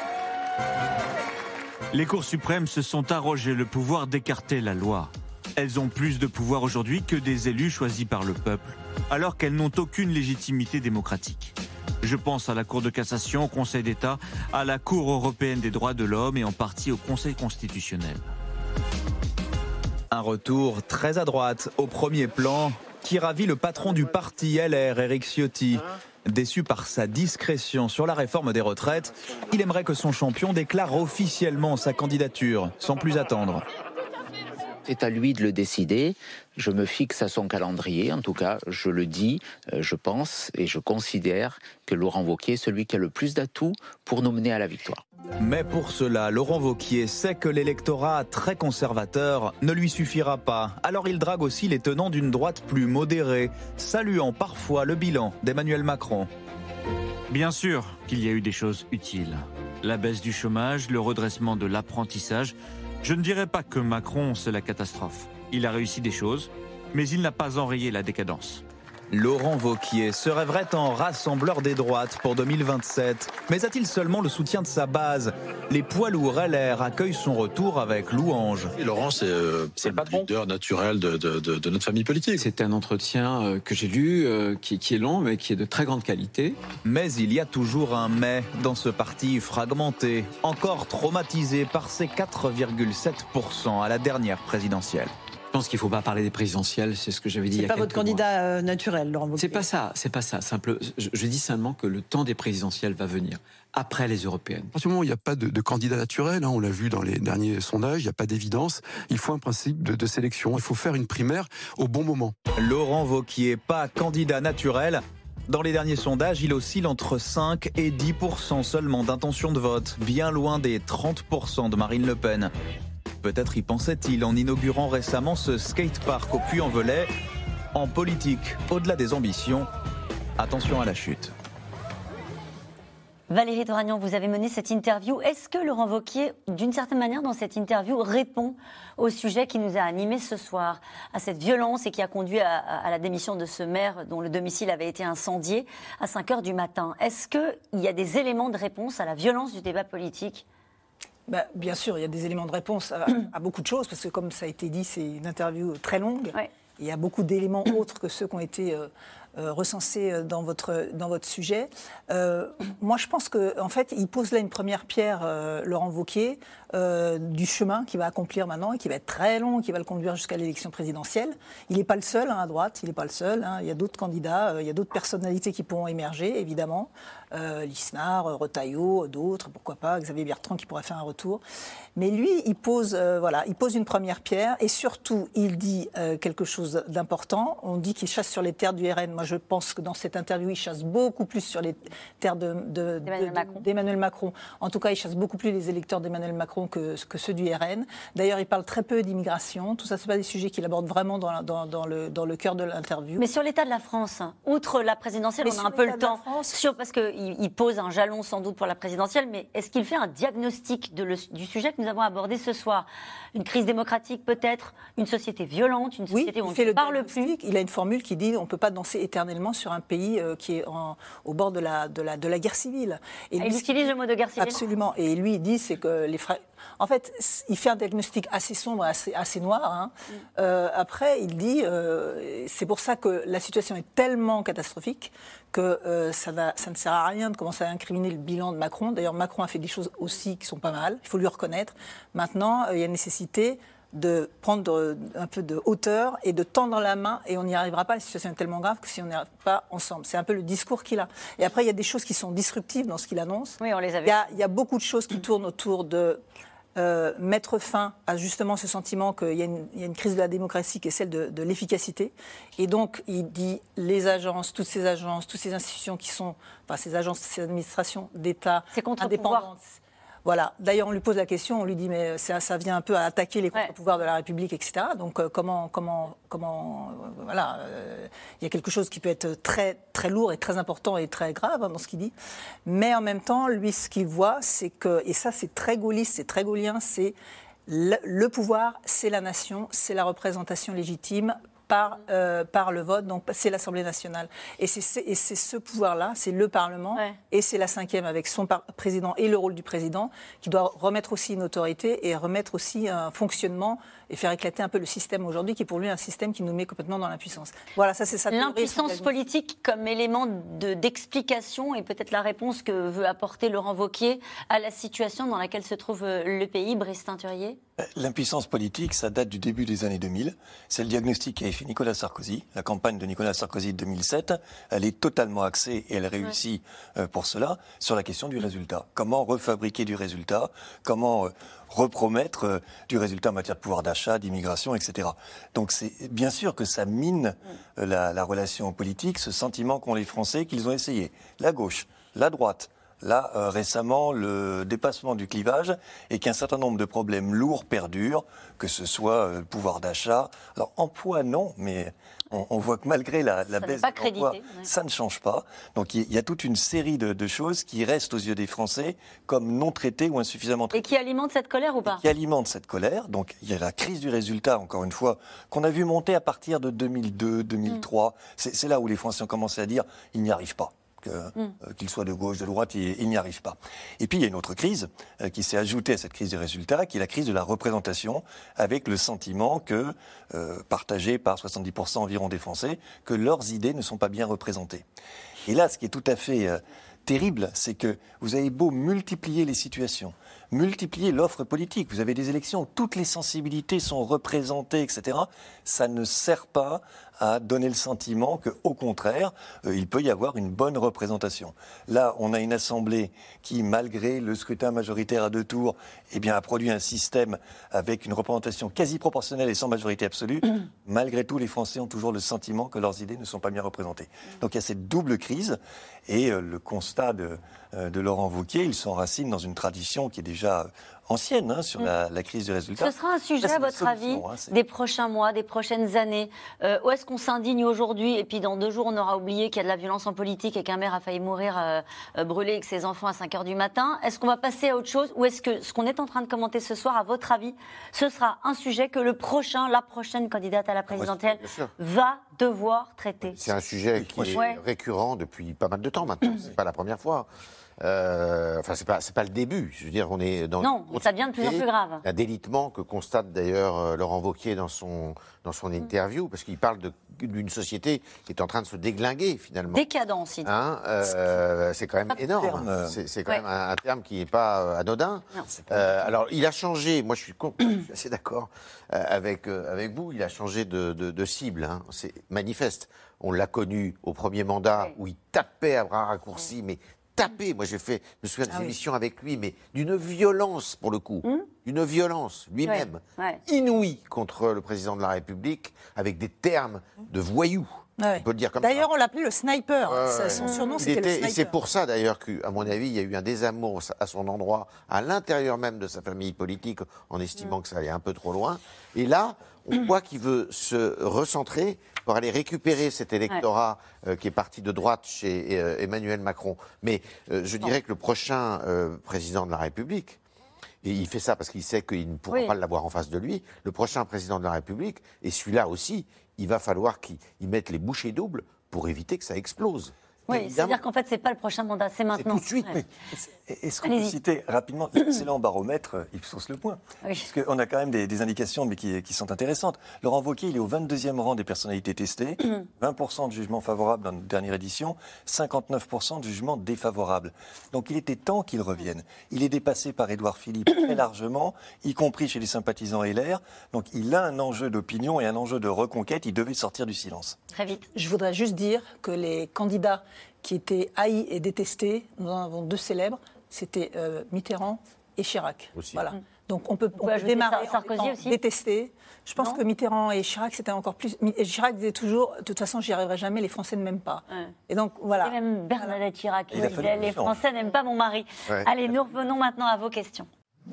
Les cours suprêmes se sont arrogés le pouvoir d'écarter la loi. Elles ont plus de pouvoir aujourd'hui que des élus choisis par le peuple, alors qu'elles n'ont aucune légitimité démocratique. Je pense à la Cour de cassation, au Conseil d'État, à la Cour européenne des droits de l'homme et en partie au Conseil constitutionnel. Un retour très à droite, au premier plan, qui ravit le patron du parti L R, Éric Ciotti. Déçu par sa discrétion sur la réforme des retraites, il aimerait que son champion déclare officiellement sa candidature, sans plus attendre. C'est à lui de le décider. Je me fixe à son calendrier, en tout cas, je le dis, je pense et je considère que Laurent Wauquiez est celui qui a le plus d'atouts pour nous mener à la victoire. Mais pour cela, Laurent Wauquiez sait que l'électorat très conservateur ne lui suffira pas. Alors il drague aussi les tenants d'une droite plus modérée, saluant parfois le bilan d'Emmanuel Macron. Bien sûr qu'il y a eu des choses utiles. La baisse du chômage, le redressement de l'apprentissage. Je ne dirais pas que Macron, c'est la catastrophe. Il a réussi des choses, mais il n'a pas enrayé la décadence. Laurent Wauquiez se rêverait en rassembleur des droites pour deux mille vingt-sept. Mais a-t-il seulement le soutien de sa base? Les poids lourds L R accueillent son retour avec louange. Et Laurent, c'est euh, le patron, leader naturel de, de, de, de notre famille politique. C'est un entretien euh, que j'ai lu, euh, qui, qui est long, mais qui est de très grande qualité. Mais il y a toujours un mais dans ce parti fragmenté, encore traumatisé par ses quatre virgule sept pour cent à la dernière présidentielle. Je pense qu'il ne faut pas parler des présidentielles, c'est ce que j'avais dit il y a quelques mois. C'est pas votre candidat euh, naturel, Laurent Wauquiez. C'est pas ça, c'est pas ça. Simple, je, je dis simplement que le temps des présidentielles va venir, après les européennes. À partir du moment où il n'y a pas de, de candidat naturel, hein, on l'a vu dans les derniers sondages, il n'y a pas d'évidence, il faut un principe de, de sélection, il faut faire une primaire au bon moment. Laurent Wauquiez, pas candidat naturel. Dans les derniers sondages, il oscille entre cinq et dix pour cent seulement d'intention de vote, bien loin des trente pour cent de Marine Le Pen. Peut-être y pensait-il en inaugurant récemment ce skatepark au Puy-en-Velay. En politique, au-delà des ambitions, attention à la chute. Valérie Toragnan, vous avez mené cette interview. Est-ce que Laurent Wauquiez, d'une certaine manière, dans cette interview, répond au sujet qui nous a animés ce soir, à cette violence et qui a conduit à, à la démission de ce maire dont le domicile avait été incendié à cinq heures du matin? Est-ce qu'il y a des éléments de réponse à la violence du débat politique? Bah, bien sûr, il y a des éléments de réponse à, à beaucoup de choses, parce que comme ça a été dit, c'est une interview très longue. Ouais. Il y a beaucoup d'éléments autres que ceux qui ont été euh, euh, recensés dans votre, dans votre sujet. Euh, moi, je pense qu'en en fait, il pose là une première pierre, euh, Laurent Wauquiez, euh, du chemin qu'il va accomplir maintenant et qui va être très long, qui va le conduire jusqu'à l'élection présidentielle. Il n'est pas le seul hein, à droite, il n'est pas le seul. Hein. Il y a d'autres candidats, euh, il y a d'autres personnalités qui pourront émerger, évidemment. Euh, Lisnard, Retailleau, d'autres, pourquoi pas, Xavier Bertrand qui pourrait faire un retour. Mais lui, il pose, euh, voilà, il pose une première pierre et surtout, il dit euh, quelque chose d'important. On dit qu'il chasse sur les terres du R N. Moi, je pense que dans cette interview, il chasse beaucoup plus sur les terres de, de, d'Emmanuel, de, Macron. d'Emmanuel Macron. En tout cas, il chasse beaucoup plus les électeurs d'Emmanuel Macron que, que ceux du R N. D'ailleurs, il parle très peu d'immigration. Tout ça, ce n'est pas des sujets qu'il aborde vraiment dans, dans, dans, le, dans le cœur de l'interview. Mais sur l'état de la France, outre la présidentielle, mais on a un peu le temps. Sur, parce qu'il il pose un jalon sans doute pour la présidentielle, mais est-ce qu'il fait un diagnostic de le, du sujet que nous avons abordé ce soir? Une crise démocratique peut-être, une société violente, une société oui, où on ne parle plus. Il a une formule qui dit on ne peut pas danser éternellement sur un pays euh, qui est en, au bord de la, de, la, de la guerre civile. Et ah, lui, il utilise le mot de guerre civile. Absolument. Et lui, il dit c'est que les frères... En fait, il fait un diagnostic assez sombre, assez, assez noir. Hein. Mm. Euh, après, il dit euh, c'est pour ça que la situation est tellement catastrophique que euh, ça, va, ça ne sert à rien de commencer à incriminer le bilan de Macron. D'ailleurs, Macron a fait des choses aussi qui sont pas mal. Il faut lui reconnaître. Maintenant, euh, il y a nécessité de prendre un peu de hauteur et de tendre la main, et on n'y arrivera pas. La situation est tellement grave que si on n'y arrive pas ensemble. C'est un peu le discours qu'il a. Et après, il y a des choses qui sont disruptives dans ce qu'il annonce. Oui, on les a vues. Il y a, il y a beaucoup de choses qui tournent autour de euh, mettre fin à justement ce sentiment qu'il y a une, il y a une crise de la démocratie qui est celle de, de l'efficacité. Et donc, il dit les agences, toutes ces agences, toutes ces institutions qui sont, enfin ces agences, ces administrations d'État indépendantes. Voilà. D'ailleurs, on lui pose la question, on lui dit mais ça, ça vient un peu à attaquer les contre-pouvoirs ouais. de la République, et cetera. Donc euh, comment, comment, comment, euh, voilà, il euh, y a quelque chose qui peut être très, très lourd et très important et très grave hein, dans ce qu'il dit. Mais en même temps, lui, ce qu'il voit, c'est que, et ça, c'est très gaulliste, c'est très gaullien, c'est le, le pouvoir, c'est la nation, c'est la représentation légitime. Par, euh, par le vote, donc c'est l'Assemblée nationale. Et c'est, c'est, et c'est ce pouvoir-là, c'est le Parlement, ouais. et c'est la cinquième avec son par- président et le rôle du président, qui doit remettre aussi une autorité et remettre aussi un fonctionnement et faire éclater un peu le système aujourd'hui, qui est pour lui un système qui nous met complètement dans l'impuissance. Voilà, ça c'est ça. L'impuissance politique comme élément de, d'explication et peut-être la réponse que veut apporter Laurent Wauquiez à la situation dans laquelle se trouve le pays, Brice Teinturier. L'impuissance politique, ça date du début des années deux mille. C'est le diagnostic qu'a fait Nicolas Sarkozy. La campagne de Nicolas Sarkozy de deux mille sept, elle est totalement axée, et elle réussit ouais. pour cela, sur la question du résultat. Comment refabriquer du résultat? Comment repromettre du résultat en matière de pouvoir d'achat, d'immigration, et cetera. Donc c'est bien sûr que ça mine la, la relation politique, ce sentiment qu'ont les Français qu'ils ont essayé. La gauche, la droite, là, euh, récemment, le dépassement du clivage et qu'un certain nombre de problèmes lourds perdurent, que ce soit euh, le pouvoir d'achat. Alors, emploi, non, mais on, on voit que malgré la, la baisse de l'emploi, ouais. ça ne change pas. Donc, il y, y a toute une série de, de choses qui restent aux yeux des Français comme non traitées ou insuffisamment traitées. Et qui alimentent cette colère ou pas? Et qui alimentent cette colère. Donc, il y a la crise du résultat, encore une fois, qu'on a vu monter à partir de deux mille deux, deux mille trois. Mmh. C'est, c'est là où les Français ont commencé à dire « il n'y arrive pas ». Que, mm. euh, qu'il soit de gauche, de droite, il, il n'y arrive pas. Et puis il y a une autre crise euh, qui s'est ajoutée à cette crise des résultats, qui est la crise de la représentation, avec le sentiment que, euh, partagé par soixante-dix pour cent environ des Français, que leurs idées ne sont pas bien représentées. Et là, ce qui est tout à fait euh, terrible, c'est que vous avez beau multiplier les situations, multiplier l'offre politique. Vous avez des élections où toutes les sensibilités sont représentées, et cetera. Ça ne sert pas à donner le sentiment qu'au contraire, euh, il peut y avoir une bonne représentation. Là, on a une assemblée qui, malgré le scrutin majoritaire à deux tours, eh bien, a produit un système avec une représentation quasi proportionnelle et sans majorité absolue. Malgré tout, les Français ont toujours le sentiment que leurs idées ne sont pas bien représentées. Donc il y a cette double crise et euh, le constat de, euh, de Laurent Wauquiez, il s'enracine dans une tradition qui est déjà ancienne hein, sur la, la crise du résultat. Ce sera un sujet, Là, à votre avis, hein, des prochains mois, des prochaines années. Euh, où est-ce qu'on s'indigne aujourd'hui et puis dans deux jours, on aura oublié qu'il y a de la violence en politique et qu'un maire a failli mourir euh, euh, brûlé avec ses enfants à cinq heures du matin. Est-ce qu'on va passer à autre chose ou est-ce que ce qu'on est en train de commenter ce soir, à votre avis, ce sera un sujet que le prochain, la prochaine candidate à la présidentielle va devoir traiter? C'est un sujet qui est ouais. récurrent depuis pas mal de temps maintenant. C'est pas la première fois. Euh, enfin, c'est pas, c'est pas le début. Je veux dire, on est dans. Non, mais ça devient de plus en plus grave. Un délitement que constate d'ailleurs euh, Laurent Wauquiez dans son dans son interview, parce qu'il parle de, d'une société qui est en train de se déglinguer finalement. Décadence, il dit. Hein, euh, c'est quand même énorme. Terme. C'est, c'est quand Ouais. même un, un terme qui n'est pas euh, anodin. Non. Euh, alors, il a changé. Moi, je suis, con- je suis assez d'accord euh, avec euh, avec vous. Il a changé de, de, de cible. Hein. C'est manifeste. On l'a connu au premier mandat Ouais. où il tapait à bras raccourcis, mais tapé. Moi, j'ai fait, je me souviens des Ah oui. émissions avec lui, mais d'une violence, pour le coup. Hum D'une violence, lui-même, Ouais, ouais. inouïe contre le président de la République, avec des termes de voyous. Ouais. On peut le dire comme D'ailleurs, ça. on l'appelait le sniper. Ouais, Ça, ouais. son surnom, Il c'était le était- sniper. Et c'est pour ça, d'ailleurs, qu'à mon avis, il y a eu un désamour à son endroit, à l'intérieur même de sa famille politique, en estimant que ça allait un peu trop loin. Et là, on voit qu'il veut se recentrer pour aller récupérer cet électorat euh, qui est parti de droite chez euh, Emmanuel Macron. Mais euh, je dirais que le prochain euh, président de la République, et il fait ça parce qu'il sait qu'il ne pourra Oui. pas l'avoir en face de lui, le prochain président de la République, et celui-là aussi, il va falloir qu'il il mette les bouchées doubles pour éviter que ça explose. Oui, Évidemment. c'est-à-dire qu'en fait, c'est pas le prochain mandat, c'est maintenant. tout de suite. Ouais. Est-ce qu'on peut Allez-y. citer rapidement l'excellent baromètre euh, Ipsos Le Point? Oui. Parce qu'on a quand même des, des indications mais qui, qui sont intéressantes. Laurent Wauquiez, il est au vingt-deuxième rang des personnalités testées, vingt pour cent de jugements favorables dans notre dernière édition, cinquante-neuf pour cent de jugements défavorables. Donc il était temps qu'il revienne. Il est dépassé par Édouard Philippe très largement, y compris chez les sympathisants L R. Donc il a un enjeu d'opinion et un enjeu de reconquête. Il devait sortir du silence. Très vite. Je voudrais juste dire que les candidats qui étaient haïs et détestés, nous en avons deux célèbres, c'était euh, Mitterrand et Chirac. Aussi. Voilà. Donc on peut, on peut peut ajouter démarrer Sar- Sarkozy en étant aussi détesté. Je pense Non que Mitterrand et Chirac, c'était encore plus... Et Chirac disait toujours, de toute façon, j'y arriverai jamais, les Français ne m'aiment pas. Ouais. Et donc, voilà. Et même Bernadette Chirac qui Il a disait fallu les le faire. Français n'aiment pas mon mari. Ouais. Allez, nous revenons maintenant à vos questions.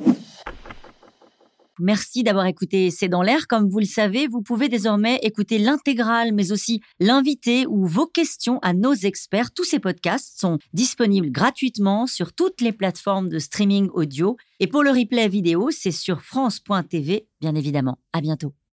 Merci d'avoir écouté C'est dans l'air. Comme vous le savez, vous pouvez désormais écouter l'intégrale, mais aussi l'invité ou vos questions à nos experts. Tous ces podcasts sont disponibles gratuitement sur toutes les plateformes de streaming audio. Et pour le replay vidéo, c'est sur France point T V, bien évidemment. À bientôt.